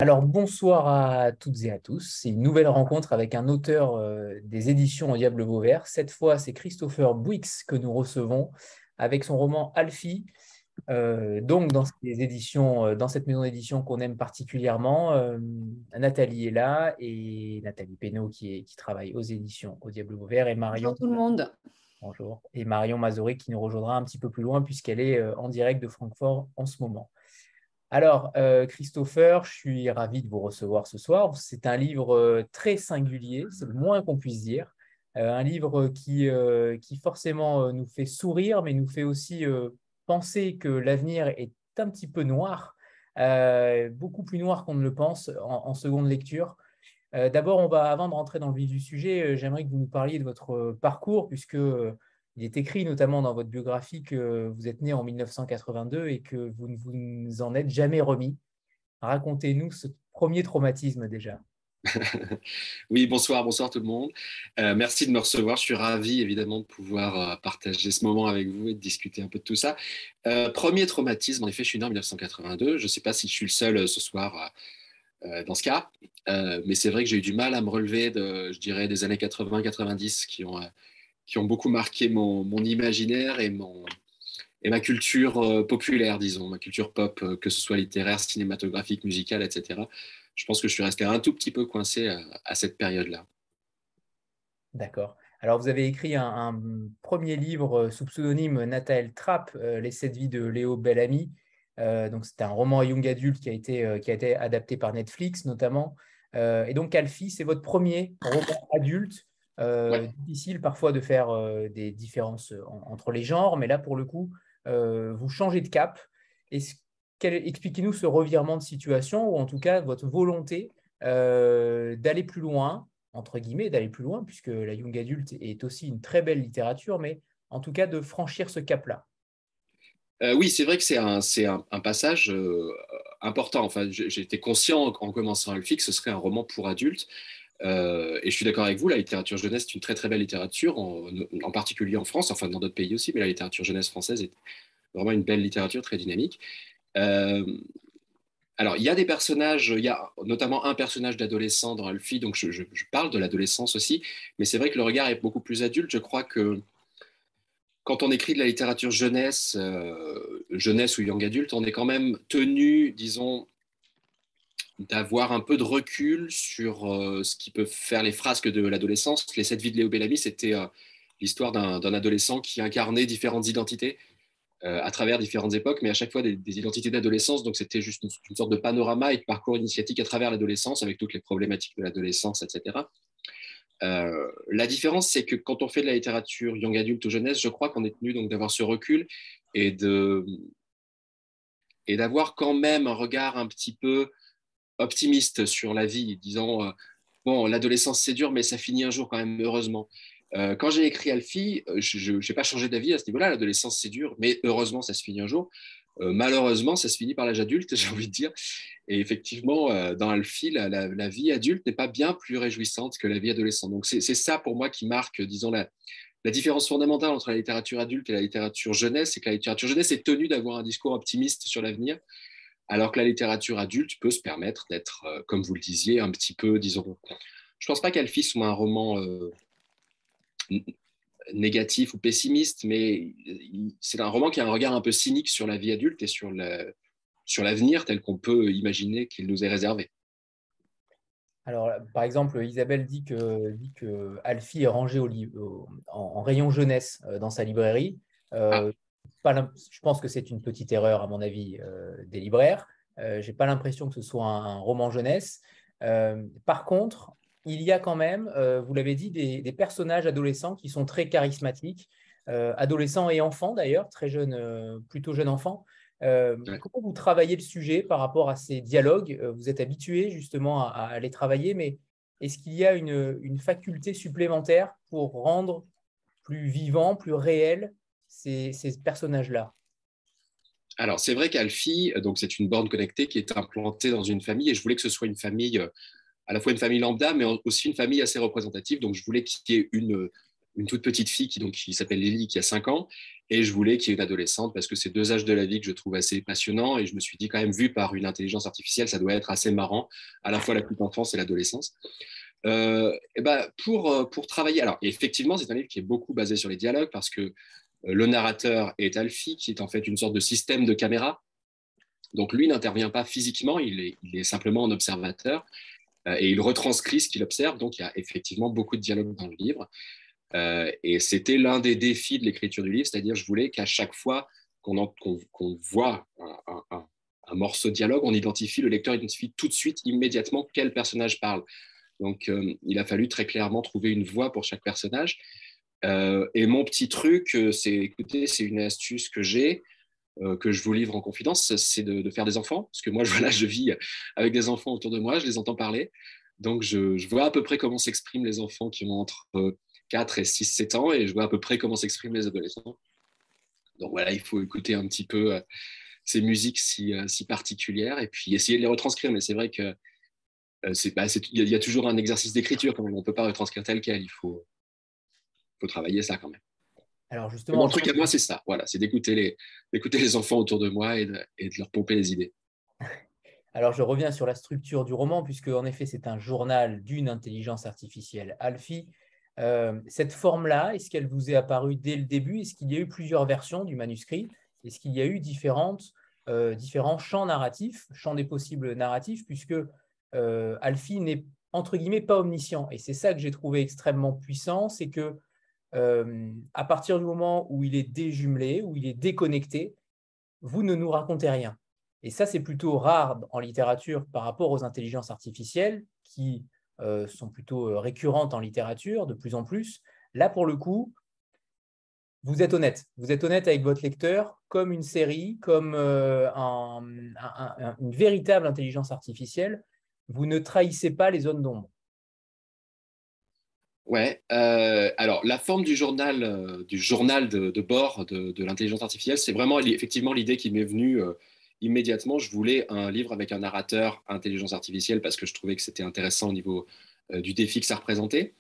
Alors bonsoir à toutes et à tous. C'est une nouvelle rencontre avec un auteur des éditions Au Diable Vauvert. Cette fois, c'est Christopher Bouix que nous recevons avec son roman Alfie. Donc dans ces éditions, dans cette maison d'édition qu'on aime particulièrement, Nathalie est là et Nathalie Pénaud qui travaille aux éditions Au Diable Vauvert et Bonjour Marion. tout le monde. Bonjour. Et Marion Mazoré qui nous rejoindra un petit peu plus loin puisqu'elle est en direct de Francfort en ce moment. Alors, Christopher, je suis ravi de vous recevoir ce soir. C'est un livre très singulier, c'est le moins qu'on puisse dire. Un livre qui forcément nous fait sourire, mais nous fait aussi penser que l'avenir est un petit peu noir, beaucoup plus noir qu'on ne le pense en seconde lecture. D'abord, avant de rentrer dans le vif du sujet, j'aimerais que vous nous parliez de votre parcours, puisque il est écrit notamment dans votre biographie que vous êtes né en 1982 et que vous ne vous en êtes jamais remis. Racontez-nous ce premier traumatisme déjà. Oui, bonsoir tout le monde. Merci de me recevoir. Je suis ravi évidemment de pouvoir partager ce moment avec vous et de discuter un peu de tout ça. Premier traumatisme, en effet, je suis né en 1982. Je ne sais pas si je suis le seul ce soir dans ce cas, mais c'est vrai que j'ai eu du mal à me relever je dirais, des années 80-90 qui ont beaucoup marqué mon imaginaire et ma culture populaire, disons, ma culture pop, que ce soit littéraire, cinématographique, musicale, etc. Je pense que je suis resté un tout petit peu coincé à cette période-là. D'accord. Alors, vous avez écrit un premier livre sous pseudonyme Nathalie Trapp, Les sept vies de Léo Bellamy. Donc, c'était un roman young adulte qui a été adapté par Netflix notamment. Et donc, Alfie, c'est votre premier roman adulte. Ouais. Difficile parfois de faire des différences entre les genres, mais là, pour le coup, vous changez de cap. Est-ce- Expliquez-nous ce revirement de situation, ou en tout cas votre volonté d'aller plus loin entre guillemets, d'aller plus loin, puisque la young adulte est aussi une très belle littérature, mais en tout cas de franchir ce cap-là. Oui, c'est vrai que c'est un passage important. Enfin, j'ai été conscient en commençant à le que ce serait un roman pour adultes. Et je suis d'accord avec vous, la littérature jeunesse est une très très belle littérature, en particulier en France, enfin dans d'autres pays aussi, mais la littérature jeunesse française est vraiment une belle littérature très dynamique. Euh, alors, il y a des personnages, il y a notamment un personnage d'adolescent dans Alfie, donc je parle de l'adolescence aussi, mais c'est vrai que le regard est beaucoup plus adulte. Je crois que quand on écrit de la littérature jeunesse, jeunesse ou young adulte, on est quand même tenu, disons, d'avoir un peu de recul sur ce qui peut faire les frasques de l'adolescence. Les sept vies de Léo Bellamy, c'était l'histoire d'un adolescent qui incarnait différentes identités à travers différentes époques, mais à chaque fois des identités d'adolescence. Donc c'était juste une sorte de panorama et de parcours initiatique à travers l'adolescence, avec toutes les problématiques de l'adolescence, etc. La différence, c'est que quand on fait de la littérature young adulte ou jeunesse, je crois qu'on est tenu donc d'avoir ce recul et de et d'avoir quand même un regard un petit peu optimiste sur la vie, disant bon, l'adolescence c'est dur, mais ça finit un jour quand même, heureusement. Quand j'ai écrit Alfie, je n'ai pas changé d'avis à ce niveau-là. L'adolescence c'est dur, mais heureusement ça se finit un jour. Malheureusement, ça se finit par l'âge adulte, j'ai envie de dire. Et effectivement, dans Alfie, la vie adulte n'est pas bien plus réjouissante que la vie adolescente. Donc c'est ça pour moi qui marque, disons, la différence fondamentale entre la littérature adulte et la littérature jeunesse, c'est que la littérature jeunesse est tenue d'avoir un discours optimiste sur l'avenir, alors que la littérature adulte peut se permettre d'être, comme vous le disiez, un petit peu, disons, je ne pense pas qu'Alfie soit un roman négatif ou pessimiste, mais c'est un roman qui a un regard un peu cynique sur la vie adulte et sur l'avenir tel qu'on peut imaginer qu'il nous est réservé. Alors, par exemple, Isabelle dit que Alfie est rangé en rayon jeunesse dans sa librairie. Ah, Euh, je pense que c'est une petite erreur, à mon avis, des libraires. J'ai pas l'impression que ce soit un roman jeunesse. Par contre, il y a quand même, vous l'avez dit, des personnages adolescents qui sont très charismatiques, adolescents et enfants d'ailleurs, très jeunes, plutôt jeunes enfants. ouais. Comment vous travaillez le sujet par rapport à ces dialogues? Vous êtes habitué justement à les travailler, mais est-ce qu'il y a une faculté supplémentaire pour rendre plus vivant, plus réel ces personnages-là? Alors, c'est vrai qu'Alfie, donc c'est une borne connectée qui est implantée dans une famille, et je voulais que ce soit une famille, à la fois une famille lambda, mais aussi une famille assez représentative. Donc, je voulais qu'il y ait une toute petite fille qui s'appelle Lily, qui a 5 ans, et je voulais qu'il y ait une adolescente parce que c'est deux âges de la vie que je trouve assez passionnants. Et je me suis dit, quand même, vu par une intelligence artificielle, ça doit être assez marrant, à la fois la petite enfance et l'adolescence. Et ben pour travailler, alors effectivement, c'est un livre qui est beaucoup basé sur les dialogues parce que le narrateur est Alfie, qui est en fait une sorte de système de caméra. Donc lui n'intervient pas physiquement, il est simplement un observateur et il retranscrit ce qu'il observe. Donc il y a effectivement beaucoup de dialogues dans le livre. Et c'était l'un des défis de l'écriture du livre, c'est-à-dire je voulais qu'à chaque fois qu'on voit un morceau de dialogue, on identifie, le lecteur identifie tout de suite, immédiatement, quel personnage parle. Donc, il a fallu très clairement trouver une voix pour chaque personnage. Et mon petit truc, écoutez, c'est une astuce que j'ai, que je vous livre en confidence, c'est de faire des enfants. Parce que moi, voilà, je vis avec des enfants autour de moi, je les entends parler. Donc, je vois à peu près comment s'expriment les enfants qui ont entre 4 et 6, 7 ans, et je vois à peu près comment s'expriment les adolescents. Donc voilà, il faut écouter un petit peu ces musiques si particulières, et puis essayer de les retranscrire. Mais c'est vrai que il y a toujours un exercice d'écriture quand même. On ne peut pas retranscrire tel quel. Faut travailler ça quand même. Alors Et justement, mon truc à moi, c'est ça. Voilà, c'est d'écouter les enfants autour de moi et de leur pomper les idées. alors je reviens sur la structure du roman, puisque en effet, c'est un journal d'une intelligence artificielle, Alfie. Cette forme-là, est-ce qu'elle vous est apparue dès le début? Est-ce qu'il y a eu plusieurs versions du manuscrit? Est-ce qu'il y a eu différents champs narratifs, champs des possibles narratifs, puisque Alfie n'est entre guillemets pas omniscient. Et c'est ça que j'ai trouvé extrêmement puissant, c'est que à partir du moment où il est déjumelé, où il est déconnecté, vous ne nous racontez rien. Et ça, c'est plutôt rare en littérature par rapport aux intelligences artificielles qui sont plutôt récurrentes en littérature de plus en plus. Là, pour le coup, vous êtes honnête. Vous êtes honnête avec votre lecteur, comme une série, comme une véritable intelligence artificielle. Vous ne trahissez pas les zones d'ombre. Ouais. Alors, la forme du journal de bord de l'intelligence artificielle, c'est vraiment effectivement l'idée qui m'est venue immédiatement. Je voulais un livre avec un narrateur intelligence artificielle parce que je trouvais que c'était intéressant au niveau du défi que ça représentait.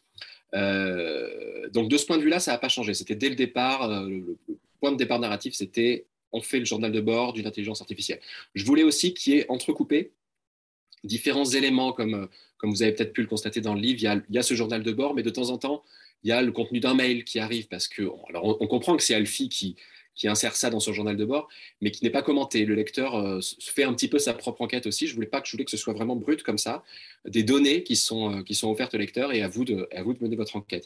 Donc, de ce point de vue-là, ça n'a pas changé. C'était dès le départ, le point de départ narratif, c'était on fait le journal de bord d'une intelligence artificielle. Je voulais aussi qu'il y ait entrecoupé différents éléments, comme vous avez peut-être pu le constater dans le livre, il y a ce journal de bord, mais de temps en temps, il y a le contenu d'un mail qui arrive, parce que, alors on comprend que c'est Alfie qui insère ça dans son journal de bord, mais qui n'est pas commenté. Le lecteur fait un petit peu sa propre enquête aussi. Je voulais que ce soit vraiment brut comme ça, des données qui sont offertes au lecteur et à vous de mener votre enquête.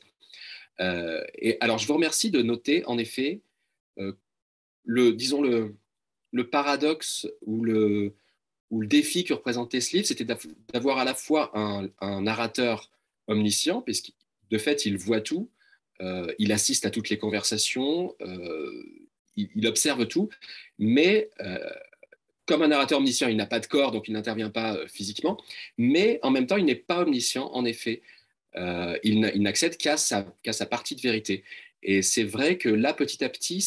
Et alors, je vous remercie de noter, en effet, euh, disons, le paradoxe ou le défi que représentait ce livre, c'était d'avoir à la fois un narrateur omniscient, puisque de fait, il voit tout, il assiste à toutes les conversations, il observe tout, mais comme un narrateur omniscient, il n'a pas de corps, donc il n'intervient pas physiquement, mais en même temps, il n'est pas omniscient, en effet. Il n'accède qu'à sa partie de vérité. Et c'est vrai que là, petit à petit,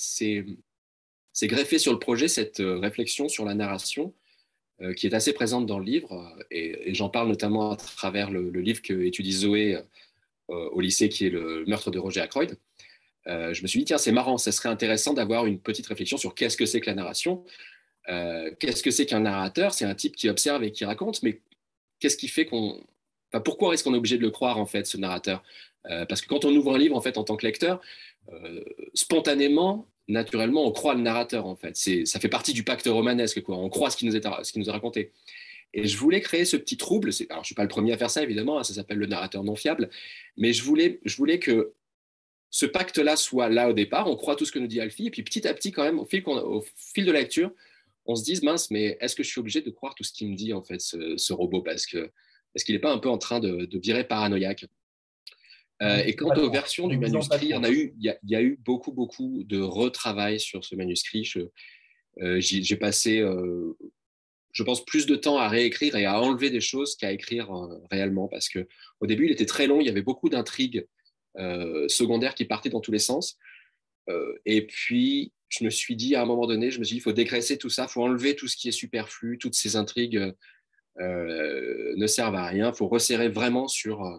c'est greffé sur le projet cette réflexion sur la narration qui est assez présente dans le livre, et j'en parle notamment à travers le livre que étudie Zoé au lycée, qui est le meurtre de Roger Ackroyd. Je me suis dit, tiens, c'est marrant, ça serait intéressant d'avoir une petite réflexion sur qu'est-ce que c'est que la narration, qu'est-ce que c'est qu'un narrateur. C'est un type qui observe et qui raconte, mais qu'est-ce qui fait enfin, pourquoi est-ce qu'on est obligé de le croire, en fait, ce narrateur? Parce que quand on ouvre un livre, en fait, en tant que lecteur, spontanément, naturellement, on croit le narrateur, en fait. Ça fait partie du pacte romanesque, quoi. On croit ce qui nous est raconté. Et je voulais créer ce petit trouble. Alors, je ne suis pas le premier à faire ça, évidemment, hein, ça s'appelle le narrateur non fiable. Mais je voulais que ce pacte-là soit là au départ. On croit tout ce que nous dit Alfie. Et puis, petit à petit, quand même, au fil de la lecture, on se dise, mince, mais est-ce que je suis obligé de croire tout ce qu'il me dit, en fait, ce robot? Est-ce qu'il n'est pas un peu en train de virer paranoïaque? Non, mais Et quant aux versions ne du disons pas manuscrit, trop. il y a eu beaucoup, beaucoup de retravail sur ce manuscrit. J'ai passé, je pense, plus de temps à réécrire et à enlever des choses qu'à écrire réellement, parce que au début, il était très long, il y avait beaucoup d'intrigues secondaires qui partaient dans tous les sens. Et puis, je me suis dit, à un moment donné, il faut dégraisser tout ça, il faut enlever tout ce qui est superflu, toutes ces intrigues ne servent à rien, il faut resserrer vraiment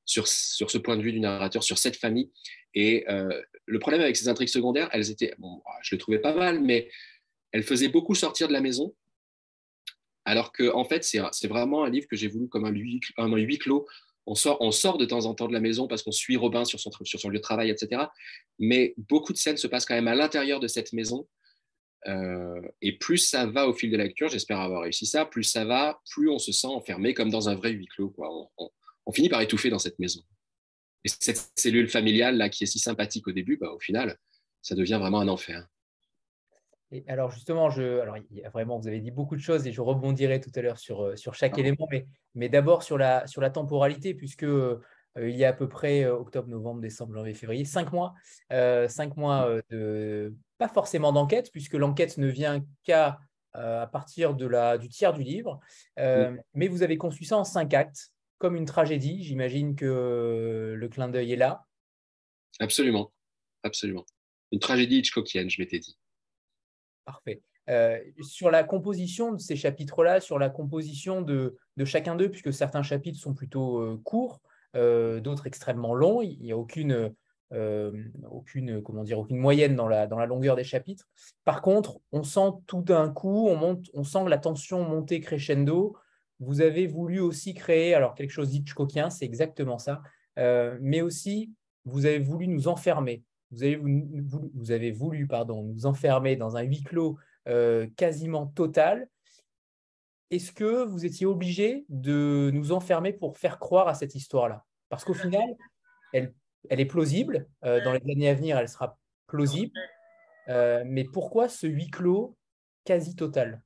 sur ce point de vue du narrateur, sur cette famille. Et le problème avec ces intrigues secondaires, elles étaient, bon, je les trouvais pas mal, mais elles faisaient beaucoup sortir de la maison. Alors que, en fait, c'est vraiment un livre que j'ai voulu comme un huis clos. On sort de temps en temps de la maison parce qu'on suit Robin sur son lieu de travail, etc. Mais beaucoup de scènes se passent quand même à l'intérieur de cette maison. Et plus ça va au fil de la lecture, j'espère avoir réussi ça, plus ça va, plus on se sent enfermé comme dans un vrai huis clos, quoi. On finit par étouffer dans cette maison. Et cette cellule familiale là, qui est si sympathique au début, bah, au final, ça devient vraiment un enfer. Et alors justement, alors, il y a vraiment, vous avez dit beaucoup de choses et je rebondirai tout à l'heure sur chaque élément, mais d'abord sur la temporalité, puisque il y a à peu près octobre, novembre, décembre, janvier, février, 5 mois, 5 mois de, pas forcément d'enquête, puisque l'enquête ne vient à partir du tiers du livre, mais vous avez conçu ça en 5 actes, comme une tragédie. J'imagine que le clin d'œil est là. Absolument, absolument. Une tragédie hitchcockienne, je m'étais dit. Parfait. Sur la composition de ces chapitres-là, sur la composition de chacun d'eux, puisque certains chapitres sont plutôt courts, d'autres extrêmement longs, il n'y a comment dire, aucune moyenne dans la longueur des chapitres. Par contre, on sent tout d'un coup, on sent la tension monter crescendo. Vous avez voulu aussi créer, alors quelque chose d'Hitchcockien, c'est exactement ça, mais aussi vous avez voulu nous enfermer. Vous avez voulu nous enfermer dans un huis clos quasiment total. Est-ce que vous étiez obligé de nous enfermer pour faire croire à cette histoire-là? Parce qu'au final, elle, elle est plausible. Dans les années à venir, elle sera plausible. Mais pourquoi ce huis clos quasi total?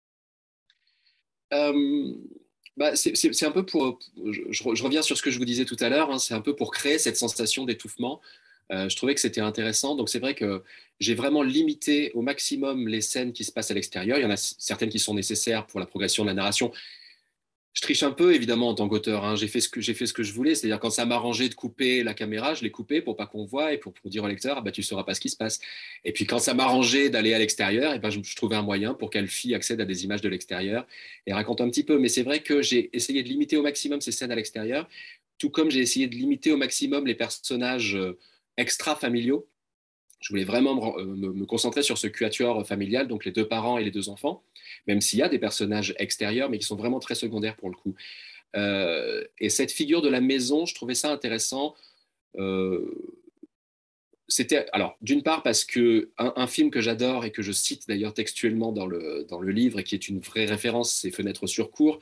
Euh, Bah, c'est un peu pour, je reviens sur ce que je vous disais tout à l'heure, hein, c'est un peu pour créer cette sensation d'étouffement. Je trouvais que c'était intéressant. Donc c'est vrai que j'ai vraiment limité au maximum les scènes qui se passent à l'extérieur. Il y en a certaines qui sont nécessaires pour la progression de la narration. Je triche un peu, évidemment, en tant qu'auteur, hein. J'ai fait ce que je voulais. C'est-à-dire, quand ça m'arrangeait de couper la caméra, je l'ai coupé pour pas qu'on voit et pour dire au lecteur, ah bah, tu sauras pas ce qui se passe. Et puis, quand ça m'arrangeait d'aller à l'extérieur, et ben, je trouvais un moyen pour qu'Alfie accède à des images de l'extérieur et raconte un petit peu. Mais c'est vrai que j'ai essayé de limiter au maximum ces scènes à l'extérieur, tout comme j'ai essayé de limiter au maximum les personnages extra-familiaux. Je voulais vraiment me concentrer sur ce quatuor familial, donc les deux parents et les deux enfants, même s'il y a des personnages extérieurs, mais qui sont vraiment très secondaires pour le coup. Et cette figure de la maison, je trouvais ça intéressant. Euh, C'était, alors, d'une part, parce que un film que j'adore et que je cite d'ailleurs textuellement dans le livre et qui est une vraie référence, c'est Fenêtre sur cour.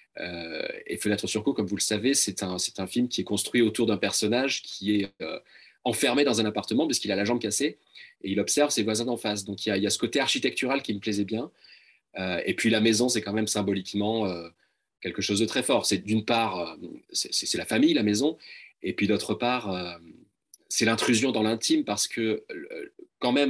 Et Fenêtre sur cour, comme vous le savez, c'est un film qui est construit autour d'un personnage qui est enfermé dans un appartement parce qu'il a la jambe cassée et il observe ses voisins d'en face. Donc il y a ce côté architectural qui me plaisait bien. Et puis la maison, c'est quand même symboliquement quelque chose de très fort. C'est d'une part, c'est la famille, la maison, et puis d'autre part, c'est l'intrusion dans l'intime parce que quand même,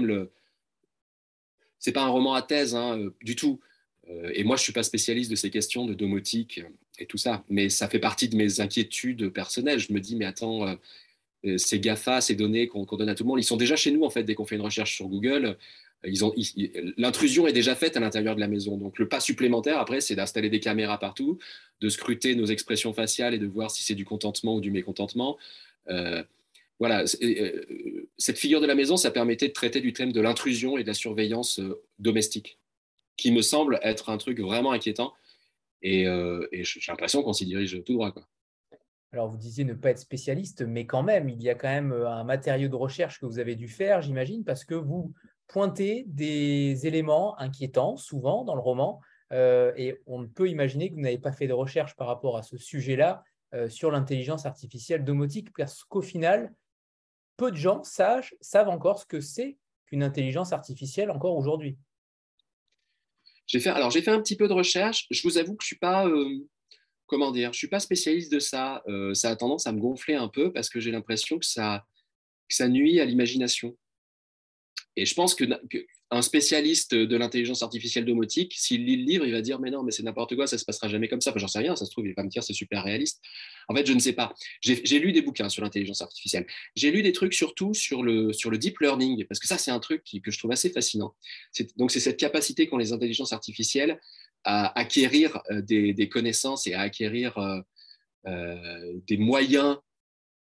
c'est pas un roman à thèse hein, du tout. Et moi, je suis pas spécialiste de ces questions de domotique et tout ça, mais ça fait partie de mes inquiétudes personnelles. Je me dis, mais attends, ces GAFA, ces données qu'on donne à tout le monde, ils sont déjà chez nous en fait dès qu'on fait une recherche sur Google. L'intrusion est déjà faite à l'intérieur de la maison. Donc le pas supplémentaire après, c'est d'installer des caméras partout, de scruter nos expressions faciales et de voir si c'est du contentement ou du mécontentement. Euh, voilà, cette figure de la maison, ça permettait de traiter du thème de l'intrusion et de la surveillance domestique, qui me semble être un truc vraiment inquiétant. Et j'ai l'impression qu'on s'y dirige tout droit, quoi. Alors, vous disiez ne pas être spécialiste, mais quand même, il y a quand même un matériau de recherche que vous avez dû faire, j'imagine, parce que vous pointez des éléments inquiétants, souvent, dans le roman, et on ne peut imaginer que vous n'avez pas fait de recherche par rapport à ce sujet-là sur l'intelligence artificielle domotique, parce qu'au final, peu de gens savent encore ce que c'est qu'une intelligence artificielle encore aujourd'hui. Alors, j'ai fait un petit peu de recherche. Je vous avoue que je suis pas, comment dire, je suis pas spécialiste de ça. Ça a tendance à me gonfler un peu parce que j'ai l'impression que ça nuit à l'imagination. Et je pense qu'un spécialiste de l'intelligence artificielle domotique, s'il lit le livre, il va dire mais non, mais c'est n'importe quoi, ça se passera jamais comme ça. Enfin, j'en sais rien, ça se trouve, il va me dire c'est super réaliste. En fait, je ne sais pas. J'ai lu des bouquins sur l'intelligence artificielle. J'ai lu des trucs surtout sur le deep learning, parce que ça, c'est un truc que je trouve assez fascinant. Donc, c'est cette capacité qu'ont les intelligences artificielles à acquérir des connaissances et à acquérir des moyens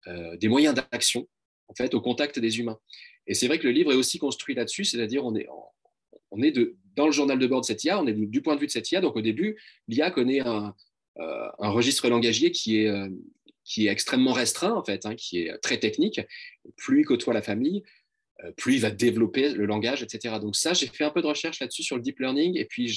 des moyens d'action en fait, au contact des humains. Et c'est vrai que le livre est aussi construit là-dessus, c'est-à-dire on est dans le journal de bord de cette IA, on est du point de vue de cette IA. Donc au début, l'IA connaît un registre langagier qui est extrêmement restreint, en fait, hein, qui est très technique. Plus il côtoie la famille, plus il va développer le langage, etc. Donc ça, j'ai fait un peu de recherche là-dessus sur le deep learning, et puis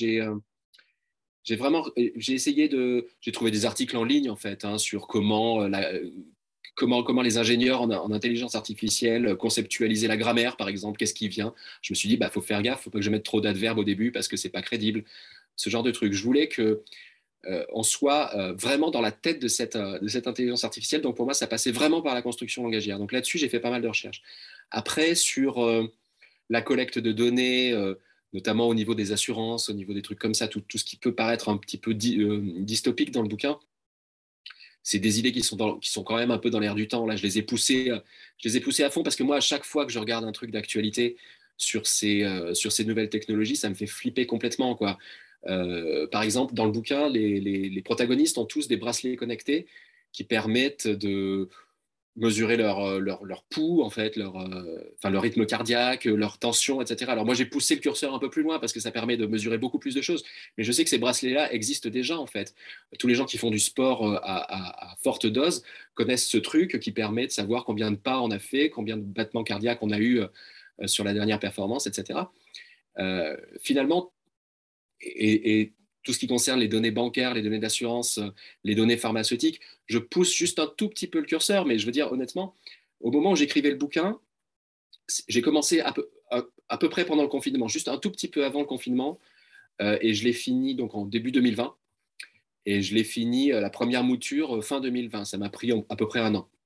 j'ai essayé j'ai trouvé des articles en ligne, en fait, hein, sur comment les ingénieurs en intelligence artificielle conceptualiser la grammaire, par exemple, qu'est-ce qui vient. Je me suis dit, bah, faut faire gaffe, faut pas que je mette trop d'adverbes au début parce que c'est pas crédible. Ce genre de truc. Je voulais que on soit vraiment dans la tête de cette intelligence artificielle. Donc pour moi, ça passait vraiment par la construction langagière. Donc là-dessus, j'ai fait pas mal de recherches. Après, sur la collecte de données, notamment au niveau des assurances, au niveau des trucs comme ça, tout ce qui peut paraître un petit peu dystopique dans le bouquin, c'est des idées qui sont quand même un peu dans l'air du temps. Là, je les ai poussées à fond parce que moi, à chaque fois que je regarde un truc d'actualité sur ces nouvelles technologies, ça me fait flipper complètement, quoi. Par exemple, dans le bouquin, les protagonistes ont tous des bracelets connectés qui permettent de mesurer leur pouls, en fait, enfin, leur rythme cardiaque, leur tension, etc. Alors moi, j'ai poussé le curseur un peu plus loin parce que ça permet de mesurer beaucoup plus de choses. Mais je sais que ces bracelets-là existent déjà, en fait. Tous les gens qui font du sport à forte dose connaissent ce truc qui permet de savoir combien de pas on a fait, combien de battements cardiaques on a eu sur la dernière performance, etc. Finalement, et tout ce qui concerne les données bancaires, les données d'assurance, les données pharmaceutiques, je pousse juste un tout petit peu le curseur, mais je veux dire honnêtement, au moment où j'écrivais le bouquin, j'ai commencé à peu près pendant le confinement, juste un tout petit peu avant le confinement, et je l'ai fini donc en début 2020, et je l'ai fini la première mouture fin 2020. Ça m'a pris à peu près un an.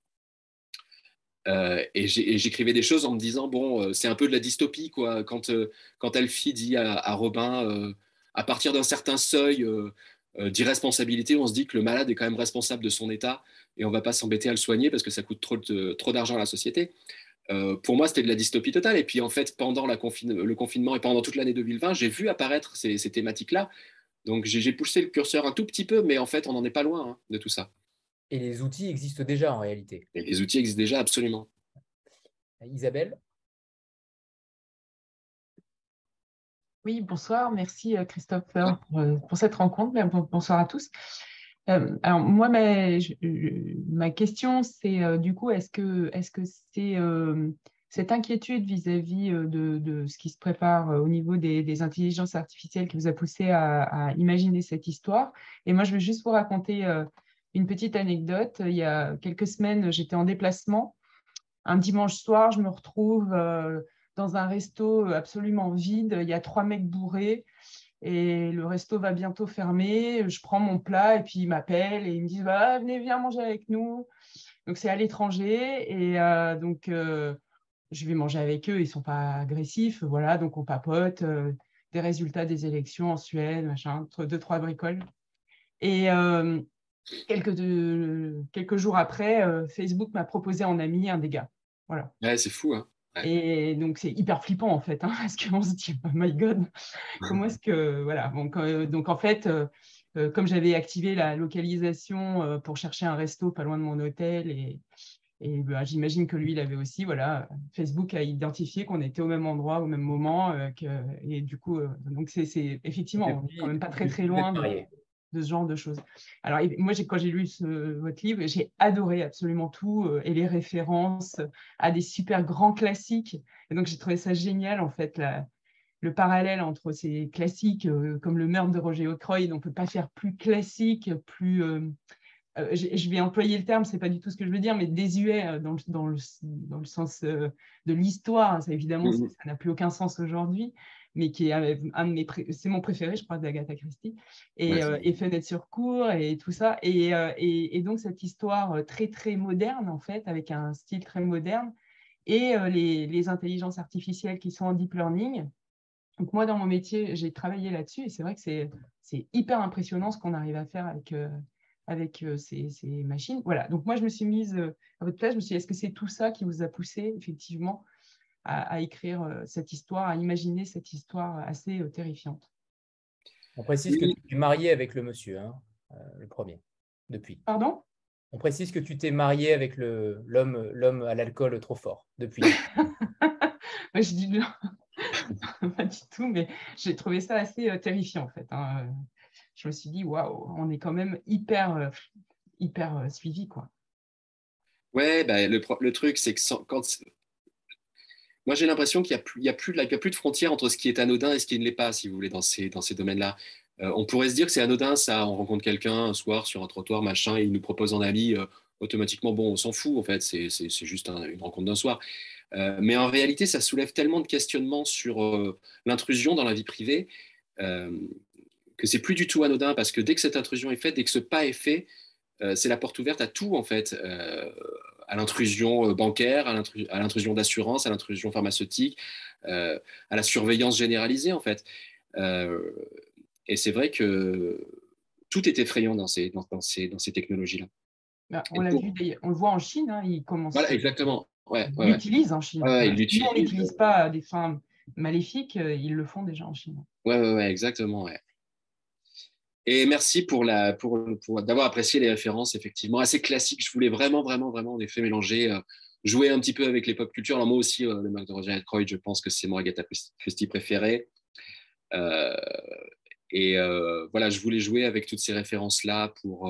Et j'écrivais des choses en me disant, bon, c'est un peu de la dystopie, quoi. Quand Alfie dit à Robin, à partir d'un certain seuil d'irresponsabilité, on se dit que le malade est quand même responsable de son état et on ne va pas s'embêter à le soigner parce que ça coûte trop d'argent à la société. Pour moi, c'était de la dystopie totale. Et puis, en fait, pendant le confinement et pendant toute l'année 2020, j'ai vu apparaître ces thématiques-là. Donc, j'ai poussé le curseur un tout petit peu, mais en fait, on n'en est pas loin, hein, de tout ça. Et les outils existent déjà en réalité. Et les outils existent déjà, absolument. Isabelle? Oui, bonsoir. Merci Christopher pour cette rencontre. Bonsoir à tous. Alors moi, ma question, c'est du coup, est-ce que c'est cette inquiétude vis-à-vis de ce qui se prépare au niveau des intelligences artificielles qui vous a poussé à imaginer cette histoire? Et moi, je vais juste vous raconter une petite anecdote. Il y a quelques semaines, j'étais en déplacement. Un dimanche soir, je me retrouve dans un resto absolument vide. Il y a 3 mecs bourrés et le resto va bientôt fermer. Je prends mon plat et puis ils m'appellent et ils me disent bah, venez, viens manger avec nous. Donc c'est à l'étranger et je vais manger avec eux. Ils ne sont pas agressifs. Voilà, donc on papote des résultats des élections en Suède, machin, deux, trois bricoles. Et quelques jours après, Facebook m'a proposé en ami un des gars. Voilà. Ouais, c'est fou, hein. Ouais. Et donc, c'est hyper flippant, en fait, hein, parce qu'on se dit, oh my God, comment est-ce que. Voilà. Donc en fait, comme j'avais activé la localisation pour chercher un resto pas loin de mon hôtel, et ben, j'imagine que lui, il avait aussi, voilà, Facebook a identifié qu'on était au même endroit, au même moment, et du coup, donc c'est effectivement, on n'est quand même pas très, très loin de ce genre de choses. Alors, moi, quand j'ai lu votre livre, j'ai adoré absolument tout et les références à des super grands classiques. Et donc, j'ai trouvé ça génial, en fait, le parallèle entre ces classiques comme Le Meurtre de Roger Ackroyd. On ne peut pas faire plus classique, plus... je vais employer le terme, c'est pas du tout ce que je veux dire, mais désuet dans le sens de l'histoire. Ça, évidemment, ça n'a plus aucun sens aujourd'hui, mais qui est c'est mon préféré, je crois, d'Agatha Christie, et Fenêtre sur cour et tout ça. Et donc, cette histoire très, très moderne, en fait, avec un style très moderne, et les intelligences artificielles qui sont en deep learning. Donc, moi, dans mon métier, j'ai travaillé là-dessus, et c'est vrai que c'est hyper impressionnant ce qu'on arrive à faire avec ces machines. Voilà, donc moi, je me suis mise à votre place, je me suis dit, est-ce que c'est tout ça qui vous a poussé, effectivement, à écrire cette histoire, à imaginer cette histoire assez terrifiante? On précise que tu es marié avec le monsieur, hein, le premier, depuis. Pardon? On précise que tu t'es marié avec l'homme à l'alcool trop fort depuis. Moi, je dis non, pas du tout, mais j'ai trouvé ça assez terrifiant en fait. Hein. Je me suis dit, waouh, on est quand même hyper suivi, quoi. Ouais, bah, le truc, c'est que moi, j'ai l'impression qu'il n'y a plus de frontière entre ce qui est anodin et ce qui ne l'est pas, si vous voulez, dans ces domaines-là. On pourrait se dire que c'est anodin, ça, on rencontre quelqu'un un soir sur un trottoir, machin, et il nous propose un ami, automatiquement, bon, on s'en fout, en fait, c'est juste une rencontre d'un soir. Mais en réalité, ça soulève tellement de questionnements sur l'intrusion dans la vie privée euh, que c'est plus du tout anodin, parce que dès que cette intrusion est faite, dès que ce pas est fait, c'est la porte ouverte à tout, en fait. À l'intrusion bancaire, à l'intrusion d'assurance, à l'intrusion pharmaceutique, à la surveillance généralisée, en fait. Euh, et c'est vrai que tout est effrayant dans ces technologies-là. Bah, on Et l'a pour... vu, on le voit en Chine, hein, Voilà, exactement. Ouais, ils ouais, ouais. l'utilisent en Chine. Ouais, Voilà. ils Nous, on l'utilisent. n'utilise pas à des fins maléfiques, ils le font déjà en Chine. Ouais, ouais, ouais, exactement. Ouais. Et merci pour d'avoir apprécié les références, effectivement, assez classiques. Je voulais vraiment, vraiment, vraiment, en effet, mélanger, jouer un petit peu avec les pop culture. Alors, moi aussi, le Mac de Roger Ackroyd, je pense que c'est mon Agatha Christie préféré. Euh, voilà, je voulais jouer avec toutes ces références-là pour.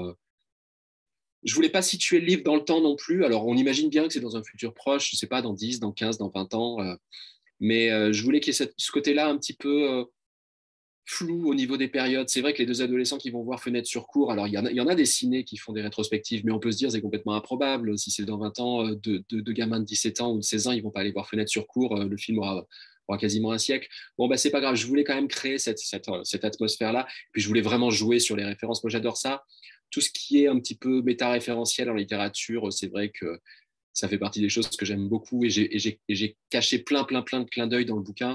Je voulais pas situer le livre dans le temps non plus. Alors, on imagine bien que c'est dans un futur proche, je sais pas, dans 10, dans 15, dans 20 ans. Mais je voulais qu'il y ait ce côté-là un petit peu flou au niveau des périodes. C'est vrai que les deux adolescents qui vont voir Fenêtre sur cour, alors il y en a des cinés qui font des rétrospectives, mais on peut se dire c'est complètement improbable. Si c'est dans 20 ans, deux gamins de 17 ans ou de 16 ans, ils vont pas aller voir Fenêtre sur cour, le film aura quasiment un siècle. Bon, bah, c'est pas grave, je voulais quand même créer cette atmosphère-là, puis je voulais vraiment jouer sur les références. Moi, j'adore ça. Tout ce qui est un petit peu méta-référentiel en littérature, c'est vrai que ça fait partie des choses que j'aime beaucoup et j'ai caché plein de clins d'œil dans le bouquin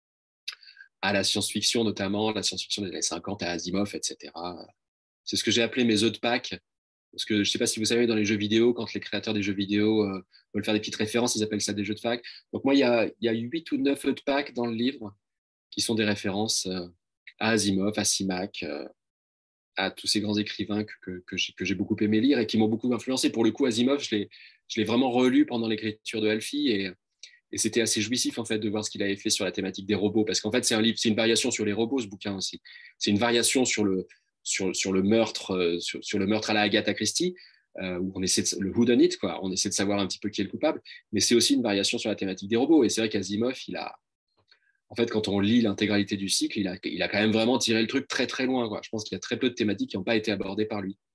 à la science-fiction notamment, la science-fiction des années 50, à Asimov, etc. C'est ce que j'ai appelé mes œufs de Pâques. Parce que je ne sais pas si vous savez, dans les jeux vidéo, quand les créateurs des jeux vidéo veulent faire des petites références, ils appellent ça des jeux de Pâques. Donc moi, il y a 8 ou 9 œufs de Pâques dans le livre qui sont des références à Asimov, à Simak, à tous ces grands écrivains que j'ai beaucoup aimé lire et qui m'ont beaucoup influencé. Pour le coup, Asimov, je l'ai vraiment relu pendant l'écriture de Alfie et c'était assez jouissif en fait de voir ce qu'il avait fait sur la thématique des robots, parce qu'en fait c'est un livre, c'est une variation sur les robots ce bouquin aussi. C'est une variation sur le meurtre, sur le meurtre à la Agatha Christie, où on essaie le who done it, quoi. On essaie de savoir un petit peu qui est le coupable, mais c'est aussi une variation sur la thématique des robots. Et c'est vrai qu'Asimov, en fait, quand on lit l'intégralité du cycle, il a quand même vraiment tiré le truc très très loin, quoi. Je pense qu'il y a très peu de thématiques qui n'ont pas été abordées par lui.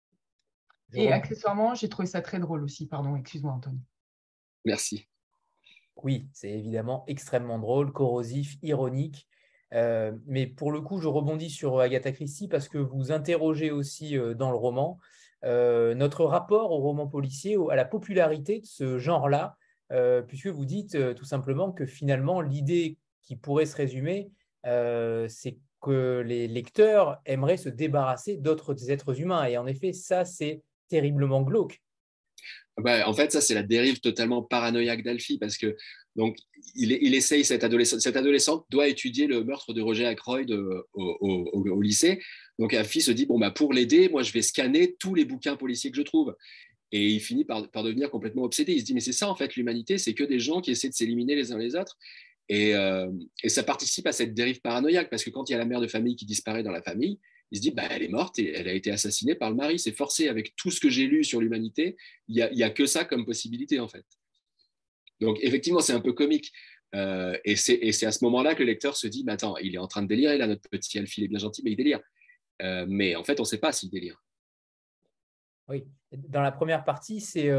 Et accessoirement, j'ai trouvé ça très drôle aussi. Pardon, excuse-moi, Anthony. Merci. Oui, c'est évidemment extrêmement drôle, corrosif, ironique. Mais pour le coup, je rebondis sur Agatha Christie parce que vous interrogez aussi dans le roman notre rapport au roman policier, à la popularité de ce genre-là, puisque vous dites tout simplement que finalement, l'idée qui pourrait se résumer, c'est que les lecteurs aimeraient se débarrasser d'autres êtres humains. Et en effet, ça, c'est terriblement glauque. Bah, en fait, ça, c'est la dérive totalement paranoïaque d'Alfie, parce que donc, il essaye, cette adolescente doit étudier le meurtre de Roger Ackroyd au lycée. Donc, Alfie se dit, bon, bah, pour l'aider, moi, je vais scanner tous les bouquins policiers que je trouve. Et il finit par devenir complètement obsédé. Il se dit, mais c'est ça, en fait, l'humanité, c'est que des gens qui essaient de s'éliminer les uns les autres. Et ça participe à cette dérive paranoïaque, parce que quand il y a la mère de famille qui disparaît dans la famille, il se dit, bah, elle est morte et elle a été assassinée par le mari. C'est forcé, avec tout ce que j'ai lu sur l'humanité, il y a que ça comme possibilité, en fait. Donc, effectivement, c'est un peu comique. Et c'est à ce moment-là que le lecteur se dit, bah, attends, il est en train de délirer, là, notre petit Alfie, il est bien gentil, mais il délire. Mais en fait, on ne sait pas s'il délire. Oui, dans la première partie,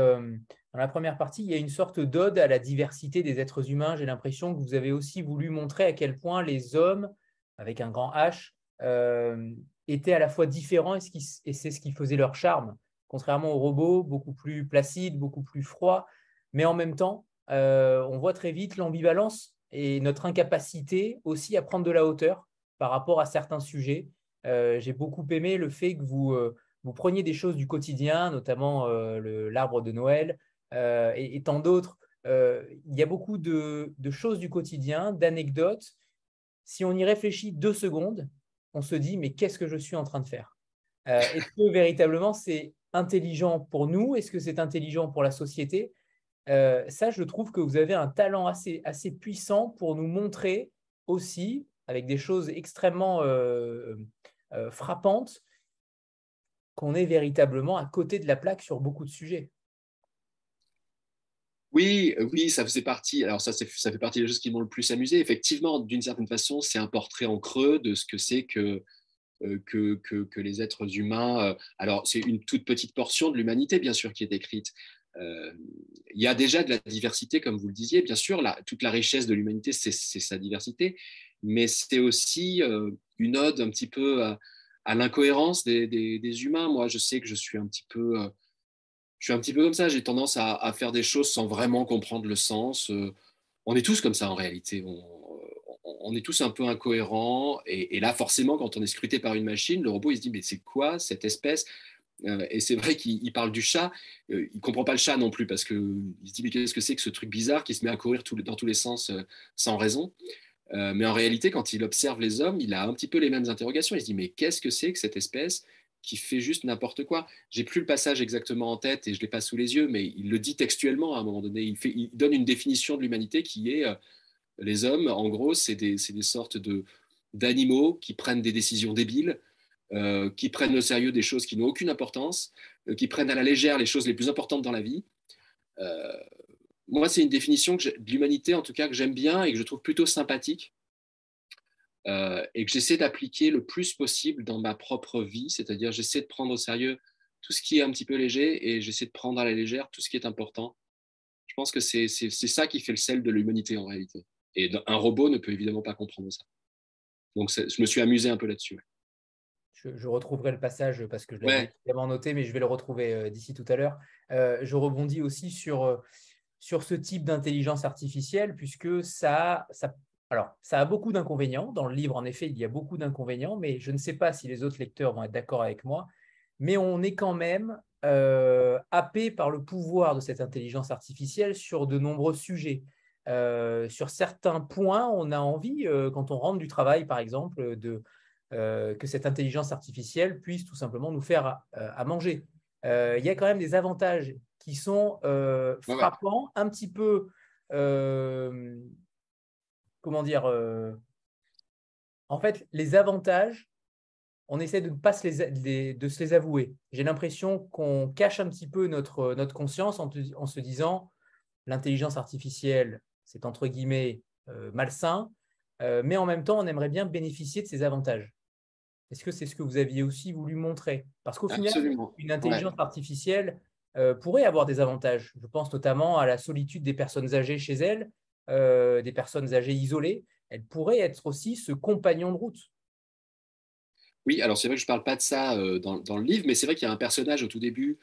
il y a une sorte d'ode à la diversité des êtres humains. J'ai l'impression que vous avez aussi voulu montrer à quel point les hommes, avec un grand H, étaient à la fois différents et c'est ce qui faisait leur charme. Contrairement aux robots, beaucoup plus placides, beaucoup plus froids, mais en même temps, on voit très vite l'ambivalence et notre incapacité aussi à prendre de la hauteur par rapport à certains sujets. J'ai beaucoup aimé le fait que vous preniez des choses du quotidien, notamment l'arbre de Noël et tant d'autres. Il y a beaucoup de choses du quotidien, d'anecdotes. Si on y réfléchit 2 secondes, on se dit, mais qu'est-ce que je suis en train de faire? Est-ce que véritablement, c'est intelligent pour nous? Est-ce que c'est intelligent pour la société? Ça, je trouve que vous avez un talent assez puissant pour nous montrer aussi, avec des choses extrêmement frappantes, qu'on est véritablement à côté de la plaque sur beaucoup de sujets. Oui, oui, ça faisait partie. Alors ça fait partie des choses qui m'ont le plus amusé. Effectivement, d'une certaine façon, c'est un portrait en creux de ce que c'est que les êtres humains. Alors, c'est une toute petite portion de l'humanité, bien sûr, qui est décrite. Il y a déjà de la diversité, comme vous le disiez, bien sûr. Toute la richesse de l'humanité, c'est sa diversité, mais c'est aussi une ode un petit peu à l'incohérence des humains. Moi, je sais que je suis un petit peu comme ça. J'ai tendance à faire des choses sans vraiment comprendre le sens. On est tous comme ça en réalité. On est tous un peu incohérents. Et là, forcément, quand on est scruté par une machine, le robot, il se dit, mais c'est quoi cette espèce? Et c'est vrai qu'il parle du chat. Il ne comprend pas le chat non plus parce qu'il se dit, mais qu'est-ce que c'est que ce truc bizarre qui se met à courir dans tous les sens sans raison? Mais en réalité, quand il observe les hommes, il a un petit peu les mêmes interrogations. Il se dit, mais qu'est-ce que c'est que cette espèce qui fait juste n'importe quoi? J'ai plus le passage exactement en tête et je l'ai pas sous les yeux, mais il le dit textuellement à un moment donné. Il donne une définition de l'humanité qui est les hommes, en gros, c'est des sortes d'animaux qui prennent des décisions débiles, qui prennent au sérieux des choses qui n'ont aucune importance, qui prennent à la légère les choses les plus importantes dans la vie. Euh, Moi, c'est une définition de l'humanité, en tout cas, que j'aime bien et que je trouve plutôt sympathique et que j'essaie d'appliquer le plus possible dans ma propre vie. C'est-à-dire, j'essaie de prendre au sérieux tout ce qui est un petit peu léger et j'essaie de prendre à la légère tout ce qui est important. Je pense que c'est ça qui fait le sel de l'humanité en réalité. Et un robot ne peut évidemment pas comprendre ça. Donc, je me suis amusé un peu là-dessus. Je retrouverai le passage parce que je l'avais Ouais, évidemment noté, mais je vais le retrouver d'ici tout à l'heure. Je rebondis aussi sur ce type d'intelligence artificielle, puisque alors, ça a beaucoup d'inconvénients. Dans le livre, en effet, il y a beaucoup d'inconvénients, mais je ne sais pas si les autres lecteurs vont être d'accord avec moi. Mais on est quand même happé par le pouvoir de cette intelligence artificielle sur de nombreux sujets. Sur certains points, on a envie, quand on rentre du travail, par exemple, que cette intelligence artificielle puisse tout simplement nous faire à manger. Il y a quand même des avantages qui sont ouais, ouais. frappants, un petit peu, comment dire, en fait, les avantages, on essaie de ne pas de se les avouer. J'ai l'impression qu'on cache un petit peu notre conscience en se disant l'intelligence artificielle, c'est entre guillemets malsain, mais en même temps, on aimerait bien bénéficier de ses avantages. Est-ce que c'est ce que vous aviez aussi voulu montrer? Parce qu'au final, Absolument. une Ouais. intelligence artificielle pourrait avoir des avantages. Je pense notamment à la solitude des personnes âgées chez elles, des personnes âgées isolées. Elle pourrait être aussi ce compagnon de route. Oui, alors c'est vrai que je ne parle pas de ça dans le livre, mais c'est vrai qu'il y a un personnage au tout début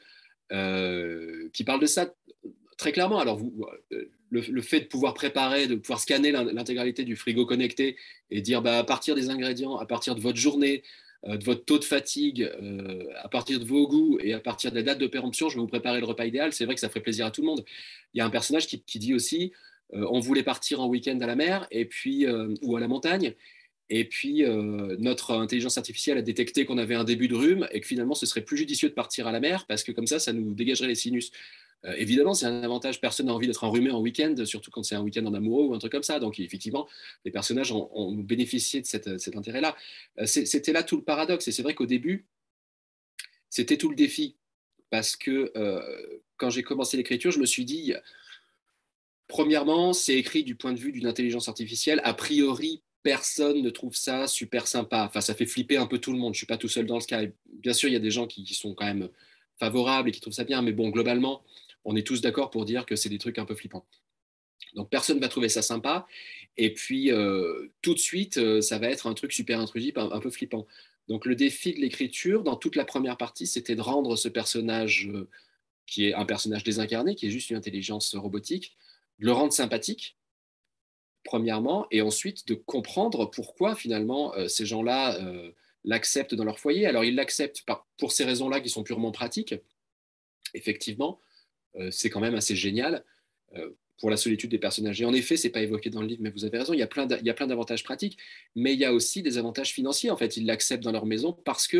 qui parle de ça très clairement. Alors, le fait de pouvoir préparer, de pouvoir scanner l'intégralité du frigo connecté et dire bah, à partir des ingrédients, à partir de votre journée, de votre taux de fatigue, à partir de vos goûts et à partir de la date de péremption, je vais vous préparer le repas idéal. C'est vrai que ça ferait plaisir à tout le monde. Il y a un personnage qui dit aussi on voulait partir en week-end à la mer et puis, ou à la montagne. Et puis, notre intelligence artificielle a détecté qu'on avait un début de rhume et que finalement, ce serait plus judicieux de partir à la mer parce que comme ça nous dégagerait les sinus. Évidemment, c'est un avantage. Personne n'a envie d'être enrhumé en week-end, surtout quand c'est un week-end en amoureux ou un truc comme ça. Donc, effectivement, les personnages ont bénéficié de cet intérêt-là. C'était là tout le paradoxe. Et c'est vrai qu'au début, c'était tout le défi. Parce que quand j'ai commencé l'écriture, je me suis dit, premièrement, c'est écrit du point de vue d'une intelligence artificielle. A priori, personne ne trouve ça super sympa. Enfin, ça fait flipper un peu tout le monde. Je ne suis pas tout seul dans le cas. Bien sûr, il y a des gens qui sont quand même favorables et qui trouvent ça bien. Mais bon, globalement, on est tous d'accord pour dire que c'est des trucs un peu flippants. Donc, personne ne va trouver ça sympa. Et puis, tout de suite, ça va être un truc super intrusif, un peu flippant. Donc, le défi de l'écriture, dans toute la première partie, c'était de rendre ce personnage qui est un personnage désincarné, qui est juste une intelligence robotique, de le rendre sympathique, premièrement, et ensuite de comprendre pourquoi finalement ces gens-là l'acceptent dans leur foyer. Alors ils l'acceptent pour ces raisons-là qui sont purement pratiques. Effectivement, c'est quand même assez génial pour la solitude des personnages. Et en effet, c'est pas évoqué dans le livre, mais vous avez raison, il y a plein d'avantages pratiques, mais il y a aussi des avantages financiers. En fait, ils l'acceptent dans leur maison parce que